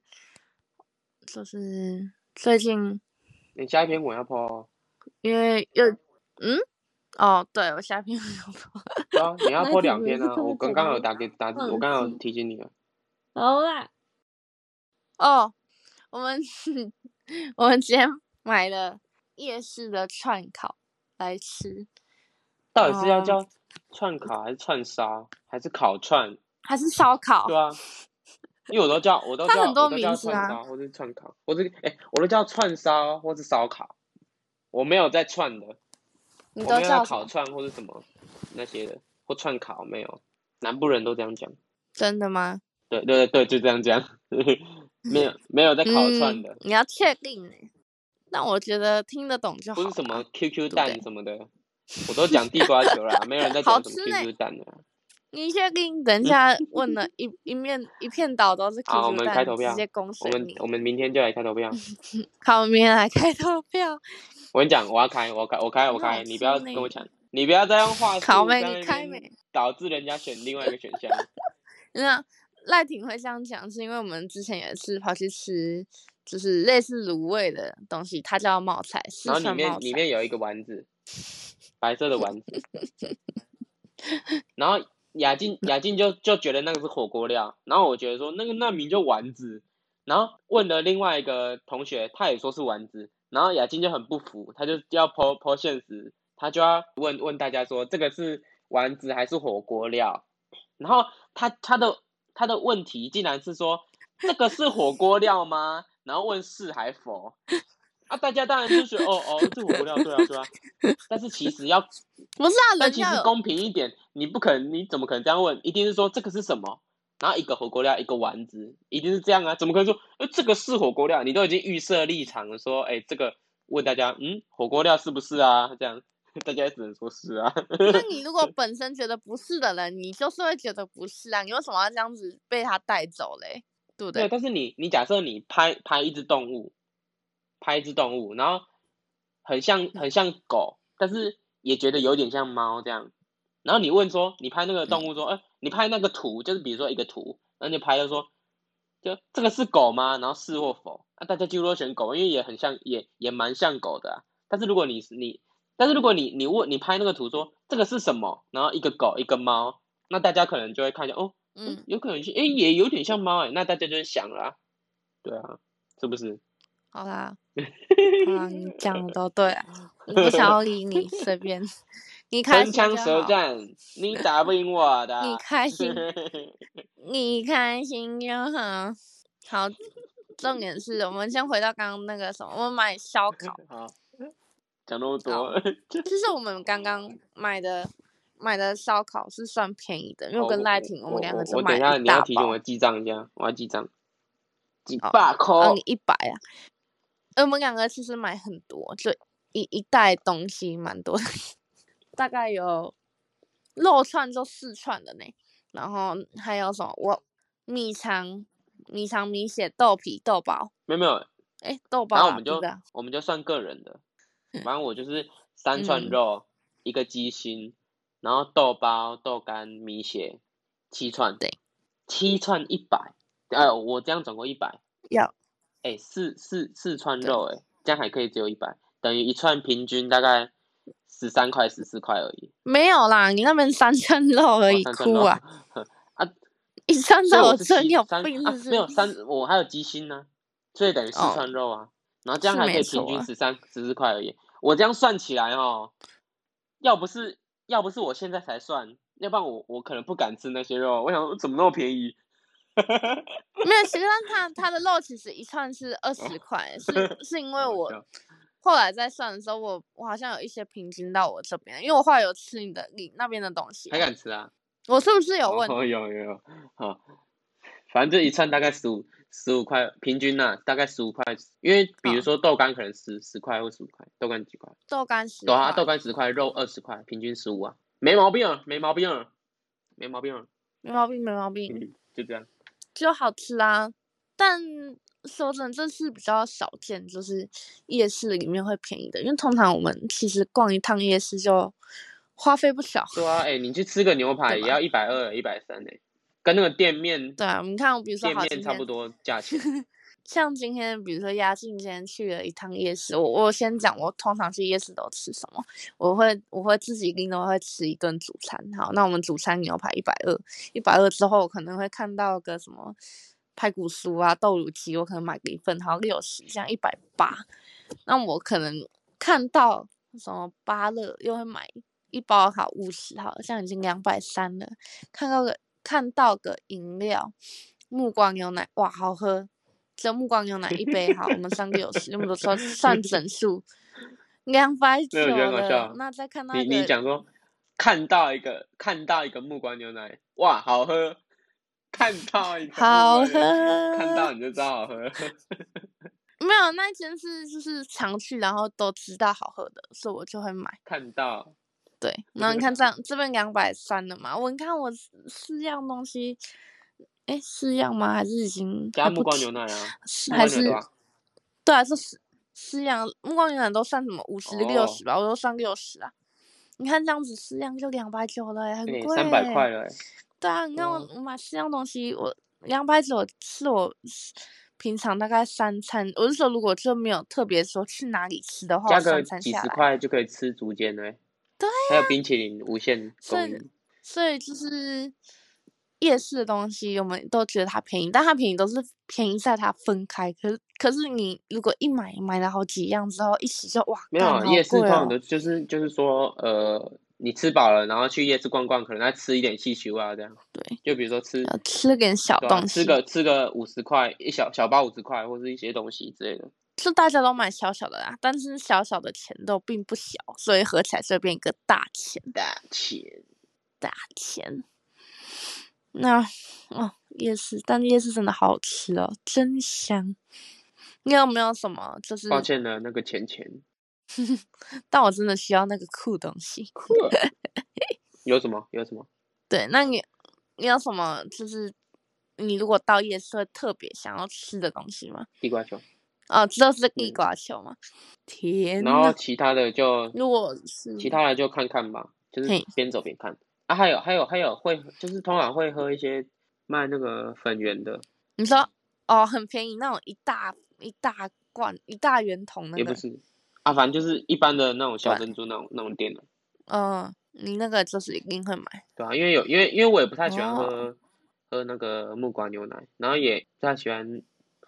就是最近， 你下一篇文要 po， 因为又嗯哦，对我下篇要 po， 对啊，你要 po 两篇啊，我刚刚有打给打，我刚刚有提醒你了。 好啦，哦，我们我们今天买了夜市的串烤来吃， 到底是要叫串烤还是串烧还是烤串还是烧烤？ 对啊，因为我都叫我都叫它很多我都叫名字啊串烧或是串烤，或是哎、欸、我都叫串烧或是烧烤，我没有在串的， 你我没有在都叫什么？ 烤串或是什么那些的或串烤没有，南部人都这样讲。 真的吗？ 对对对，就这样讲，没有没有在烤串的。 嗯，你要确定呢。但我觉得听得懂就好。 不是什么 Q Q 蛋什么的，我都讲地瓜球啦，没有人在讲什么 Q Q 蛋的。 你确定？等一下问了一一面一片岛都是 Q Q 蛋， 好，我们开投票， 直接公审我们我们明天就来开投票。 好，我们明天来开投票。 我跟你讲，我要开，我开，我开，我开，你不要跟我抢，你不要再用话术在那边导致人家选另外一个选项。 那赖婷会这样讲，是因为我们之前有一次跑去吃，就是类似卤味的东西，它叫冒菜， 然后里面里面有一个丸子，白色的丸子，然后雅静雅静就就觉得那个是火锅料，然后我觉得说那个那名就丸子，然后问了另外一个同学，他也说是丸子，然后雅静就很不服，他就要 po po 现实，他就要问问大家说这个是丸子还是火锅料，然后他他的他的问题竟然是说这个是火锅料吗？然后问是还否？啊，大家当然就是哦哦，这火锅料对啊对啊，但是其实要不是啊， 但其实公平一点，你不可能，你怎么可能这样问？一定是说这个是什么，然后一个火锅料，一个丸子，一定是这样啊？怎么可能说，呃，这个是火锅料？你都已经预设立场了，说，哎，这个问大家，嗯，火锅料是不是啊？这样，大家只能说是啊。 那你如果本身觉得不是的人，你就是会觉得不是啊？你为什么要这样子被他带走嘞？对不对？ 对，但是你你假设你拍拍一只动物，拍一只动物，然后很像很像狗，但是也觉得有点像猫这样，然后你问说，你拍那个动物说，哎、欸，你拍那个图，就是比如说一个图，然后你拍就说，就这个是狗吗？然后是或否，啊，大家几乎都选狗，因为也很像，也也蛮像狗的、啊。但是如果你你，但是如果你你问你拍那个图说这个是什么，然后一个狗一个猫，那大家可能就会看一下，哦，嗯，有可能是，哎、欸，也有点像猫哎、欸，那大家就会想了、啊，对啊，是不是？ 好啦，好啦，你讲的都对啊，我不想要理你，随便，你开心唇枪就好， 舌战，你打不赢我的。 你开心，你开心就好。好，重点是我们先回到刚刚那个什么，我们买烧烤。 好，讲那么多。 好，其实我们刚刚买的买的烧烤是算便宜的，因为我好，我跟赖婷我我们两个我我等一就买了下你要提醒大包。 我记账一下，我要记账，几好， 百哦， 块。 你一百啊？呃我们两个其实买很多，就一一袋东西蛮多的，大概有肉串就四串的呢，然后还有什么我米肠、米肠、米血、豆皮、豆包， 没有没有， 哎，豆包啦， 然后我们就不是啊， 我们就算个人的，反正我就是三串嗯， 肉，一个鸡心，然后豆包、豆干、米血，七串， 对， 七串一百，呃，我这样总共一百， 要哎，四四四串对， 肉，哎，这样还可以只有一百，等于一串平均大概十三块、十四块而已。 没有啦，你那边三串肉而哦， 已， 三串肉哭啊！ 啊， 一串肉所以我是我真有七三啊， 病是不是？ 没有三，我还有鸡心呢、所以等于四哦， 串肉啊，然后这样是还可以平没错啊， 均十三十四块而已。我这样算起来哦，要不是要不是我现在才算，要不然我我可能不敢吃那些肉。我想说怎么那么便宜？ 没有，其实它它的肉其实一串是二十块，是是因为我后来在算的时候，我我好像有一些平均到我这边，因为我后来有吃你的你那边的东西、 还敢吃啊？ 我是不是有问？ 哦，有有有，好，反正这一串大概十五十五块，平均呐、啊，大概十五块。因为比如说豆干可能十十块或十五块，豆干几块？ 豆干十对啊， 块， 豆干十块，肉二十块，平均十五啊，没毛病啊，没毛病啊，没毛病啊， 没毛病，没毛病， 嗯，就这样。 就好吃啊。但说真的，这是比较少见，就是夜市里面会便宜的，因为通常我们其实逛一趟夜市就花费不小。 对啊，哎、欸，你去吃个牛排也要一百二、一百三哎，跟那个店面对啊，你看，比如说店好， 面差不多价钱。 像今天，比如说亚静今天去了一趟夜市，我我先讲我通常去夜市都吃什么，我会我会自己一定都会吃一顿主餐。好，那我们主餐牛排一百二，一百二之后我可能会看到个什么排骨酥啊、豆乳鸡，我可能买个一份，好六十，这样一百八。那我可能看到什么芭乐，又会买一包好五十，好像已经两百三了。看到个看到个饮料，木瓜牛奶，哇，好喝。这木瓜牛奶一杯好，我们三六十，我们都算算整数，两百九了。那再看到一个，你你讲说看到一个看到一个木瓜牛奶，哇，好喝！看到一个好喝， 看到你就知道好喝。 没有，那一间是就是常去，然后都知道好喝的，所以我就会买。 看到， 对，然后你看这样这边两百三了嘛，我你看我四样东西。哎，四样吗？还是已经加木瓜牛奶啊？ 还是对啊，是四四样木瓜牛奶都算什么五十六十吧？我都算六十啊。你看这样子四样就两百九了，很贵， 三百块了。 对啊，你看我我买四样东西，我两百九是我平常大概三餐。我是说，如果就没有特别说去哪里吃的话， 加个几十块就可以吃竹间了。 对啊， 还有冰淇淋无限供应。 所以就是夜市的东西，我们都觉得它便宜，但它便宜都是便宜在它分开。可是可是你如果一买买了好几样之后，一起就哇， 没有、 啊、 夜市通常的就是就是说呃，你吃饱了，然后去夜市逛逛，可能再吃一点气球啊这样。 对， 就比如说吃吃点小东西， 啊、吃个吃个五十块一小小包五十块，或是一些东西之类的。 就大家都买小小的啦，但是小小的钱都并不小，所以合起来就变一个大钱。 大钱， 大钱。那哦，夜市，但夜市真的好吃哦，真香。你有没有什么就是？ 抱歉了，那个钱钱。 但我真的需要那个酷东西。 酷。有什么？有什么？ 对，那你你有什么就是你如果到夜市会特别想要吃的东西吗？ 地瓜球。 哦，知道是地瓜球吗？嗯、天哪！ 然后其他的就， 如果是其他的就看看吧，就是边走边看。啊，还有还有还有会，就是通常会喝一些卖那个粉圆的。 你说哦，很便宜那种一大一大罐一大圆桶那个。 也不是，啊，反正就是一般的那种小珍珠那种那种店的。 嗯，你那个就是一定会买。 对啊，因为有因为因为我也不太喜欢喝、哦、喝那个木瓜牛奶，然后也不太喜欢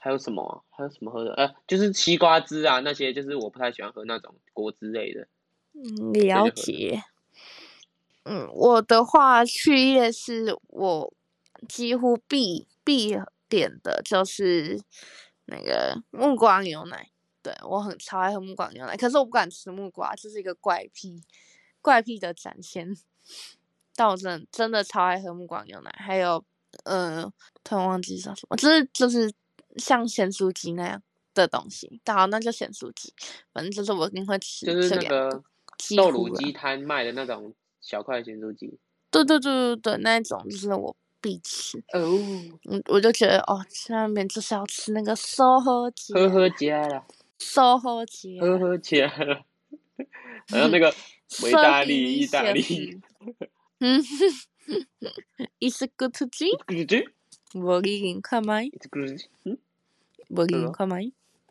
还有什么？还有什么喝的？呃，就是西瓜汁啊，那些就是我不太喜欢喝那种果汁类的。 嗯，了解。嗯，我的话去夜市，我几乎必必点的就是那个木瓜牛奶。对，我很超爱喝木瓜牛奶，可是我不敢吃木瓜，这是一个怪癖，怪癖的展现。但我真的真的超爱喝木瓜牛奶，还有呃，突然忘记叫什么，就是就是像咸酥鸡那样的东西。好，那就咸酥鸡，反正就是我一定会吃就是这两那个个，几豆乎啦。 乳鸡摊卖的那种小块咸酥鸡。 对对对对对，那一种就是我必吃。 哦， 嗯，我就觉得哦，去那边就是要吃那个收喝鸡呵呵家啦， 收喝鸡呵呵家啦，好像那个维说大利、 比你意大利， 小事。嗯，Is good to G？ 不是这， 我已经看麦， 不是嗯， 我已经看麦。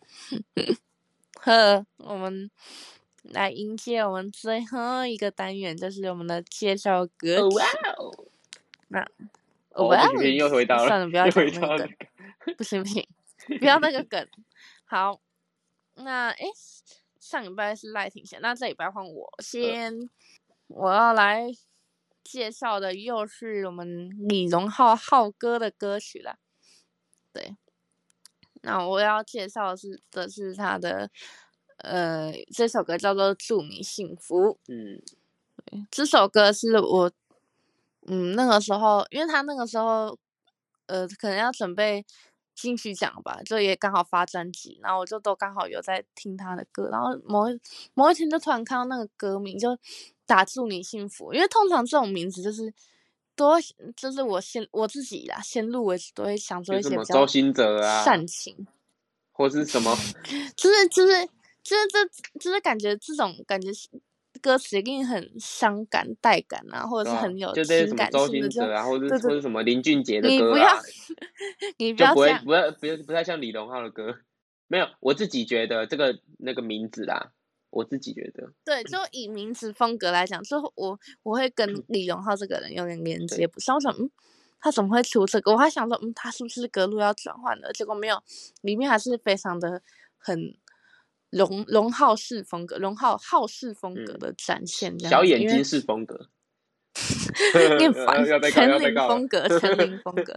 呵，我们来迎接我们最后一个单元，就是我们的介绍歌哦哇曲。 哦， 那哦哇， 不行不行，又回到了， 算了，不要又讲那个回到那梗， 个， 不行不行，不要那个梗。好，那诶，上礼拜是赖挺先，那这礼拜换我先，我要来介绍的又是我们李荣浩浩哥的歌曲啦。对，那我要介绍的是的是他的，呃，这首歌叫做《祝你幸福》。 嗯， 对，这首歌是我，嗯，那个时候，因为他那个时候，呃，可能要准备金曲奖吧，就也刚好发专辑，然后我就都刚好有在听他的歌，然后某一某一天就突然看到那个歌名就打祝你幸福，因为通常这种名字就是都会就是我先我自己啦，先入为主都会想说就一些比较什么周兴哲啊， 煽情， 或是什么， 就是就是就是这就是感觉这种感觉歌词一定很伤感带感啊，或者是对吧？ 很有就这些情什么周感性的，就兴哲啊，或是对对， 或是什么林俊杰的你不要歌啊， 你不就不会要这样。 不会不不太像李荣浩的歌。没有，我自己觉得这个那个名字啦，我自己觉得， 对，就以名字风格来讲，就我我会跟李荣浩这个人有点连接不上。我想，嗯，他怎么会出这个？我还想说，嗯，他是不是歌路要转换了？结果没有，里面还是非常的很荣荣浩式风格，荣浩浩式风格的展现，这样小子。因为眼睛式风格， 你很烦， 要被告陈要被告了琳风格，陈琳风格。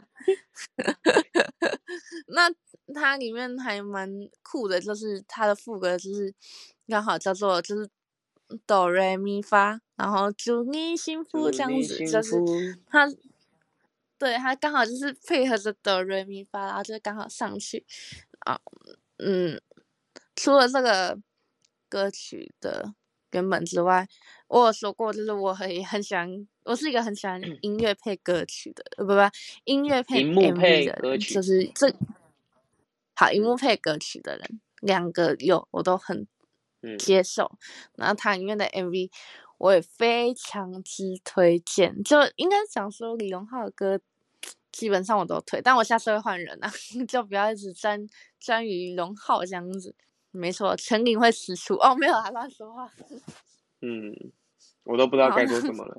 那它里面还蛮酷的，就是它的副歌就是刚好叫做就是哆来咪发，然后祝你幸福这样子，就是它对它刚好就是配合着哆来咪发，然后就刚好上去啊，嗯，除了这个歌曲的原本之外，我有说过，就是我很很喜欢，我是一个很喜欢音乐配歌曲的，呃，不不，音乐配 M V 的人，就是这好荧幕配歌曲的人，两个有我都很接受。嗯、然后它里面的 M V 我也非常之推荐，就应该讲说李荣浩的歌基本上我都推，但我下次会换人啊，就不要一直专专于荣浩这样子。没错，陈琳会吃醋哦，没有啊，乱说话。 嗯，我都不知道该说什么了。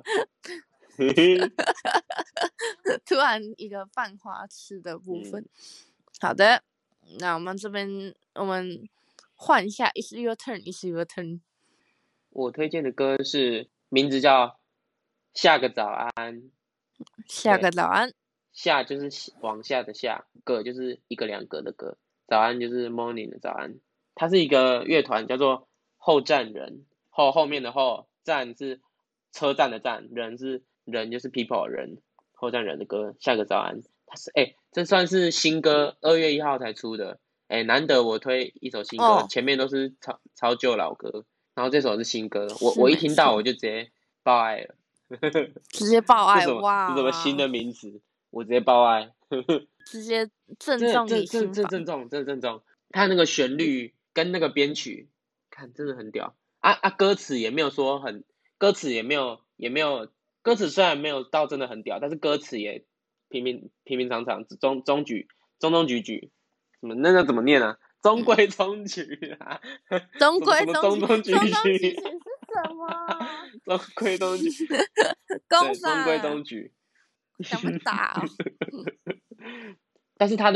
突然一个泛花痴的部分。嗯、好的，那我们这边我们换一下 ，It's your turn, It's your turn。 我推荐的歌是名字叫《下个早安》。 下个早安。 下就是往下的下，个就是一个两个的个，早安就是 morning 的早安。它是一个乐团，叫做后站人，后后面的后站是车站的站，人是人就是 people 人，后站人的歌，下个早安。它是哎、欸，这算是新歌，二月一号才出的，哎、欸，难得我推一首新歌，哦、前面都是超超旧老歌，然后这首是新歌，我我一听到我就直接爆爱了， 直接爆爱哇！这什么新的名词？我直接爆爱， 直接正中你心房， 这正中，这正中。他那个旋律跟那个编曲，看真的很屌啊啊！歌词也没有说很，歌词也没有也没有，歌词虽然没有到真的很屌，但是歌词也平平平平常常，中中举中中举举，什么那个怎么念啊？中规中矩啊！ 中规中矩， 中中矩矩是什么？ 中规中矩， 对， 中规中矩。 想不打、哦。 但是他的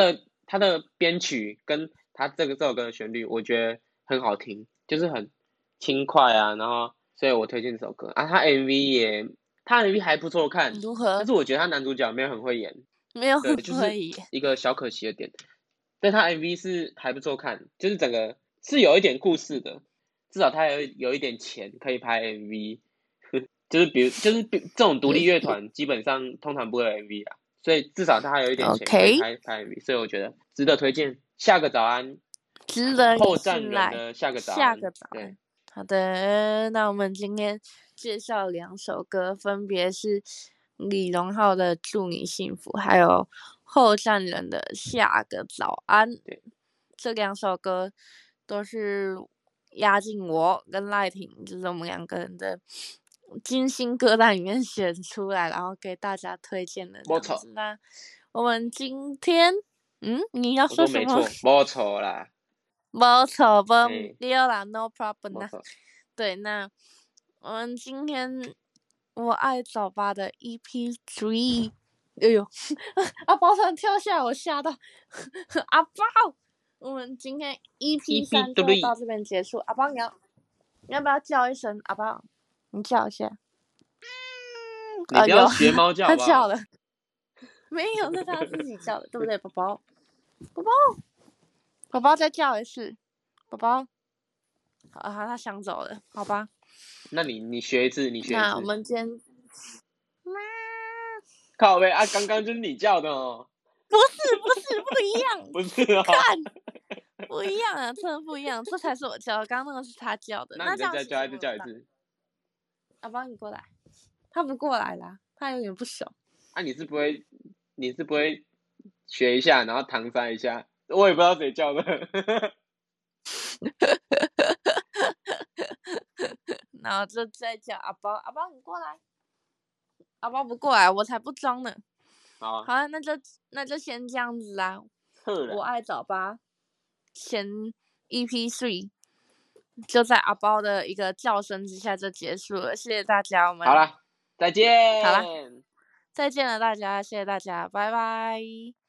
他的编曲跟他这个这首歌的旋律，我觉得很好听，就是很轻快啊，然后所以我推荐这首歌啊。他 M V 也，他 M V 还不错看， 如何？ 但是我觉得他男主角没有很会演， 没有很对，就是会演， 一个小可惜的点。但他 M V 是还不错看，就是整个是有一点故事的，至少他有有一点钱可以拍 M V， 就是比如就是比这种独立乐团基本上通常不会有 M V 啊，所以至少他还有一点钱可以拍 OK 拍 M V， 所以我觉得值得推荐。下个早安， 值得后站人信赖。 的下个早安， 下个早对， 安。好的，那我们今天介绍两首歌，分别是李荣浩的《祝你幸福》，还有后站人的《下个早安》。 对， 这两首歌都是压进我跟赖婷，就是我们两个人的精心歌单里面选出来，然后给大家推荐的这样子。那我们今天，嗯，你要说什么？ 我说没错，没错啦。 没错，不欸对啦 ，no problem 啦。 没错， 对，那我们今天我爱早八的 E P three， 哎呦，阿包突然跳下来，我吓到。阿包，我们今天 E P 三就到这边结束。阿包，你要你要不要叫一声？阿包，你叫一下。 你不要学猫叫好他不好？ 叫了，没有，那是他自己叫的，对不对，宝宝？宝宝，宝宝再叫一次，宝宝。好，他想走了，好吧？ 那你你学一次，你学一次。 那我们今天， 靠背啊，刚刚就是你叫的哦。 不是不是不一样， 不是啊、哦， 看不一样啊，真的不一样，这才是我叫的，刚刚那个是他叫的。 那你再叫，再叫一次。 阿邦，你过来，他不过来啦，他有点不熟。 啊，你是不会，你是不会学一下，然后搪塞一下，我也不知道谁叫的。 然后就再叫阿包，阿包你过来，阿包不过来，我才不装呢。 好、啊， 好啊，那就那就先这样子啦。我爱早八前 E P three 就在阿包的一个叫声之下就结束了，谢谢大家，我们好了，再见。 好了，再见了大家，谢谢大家，拜拜。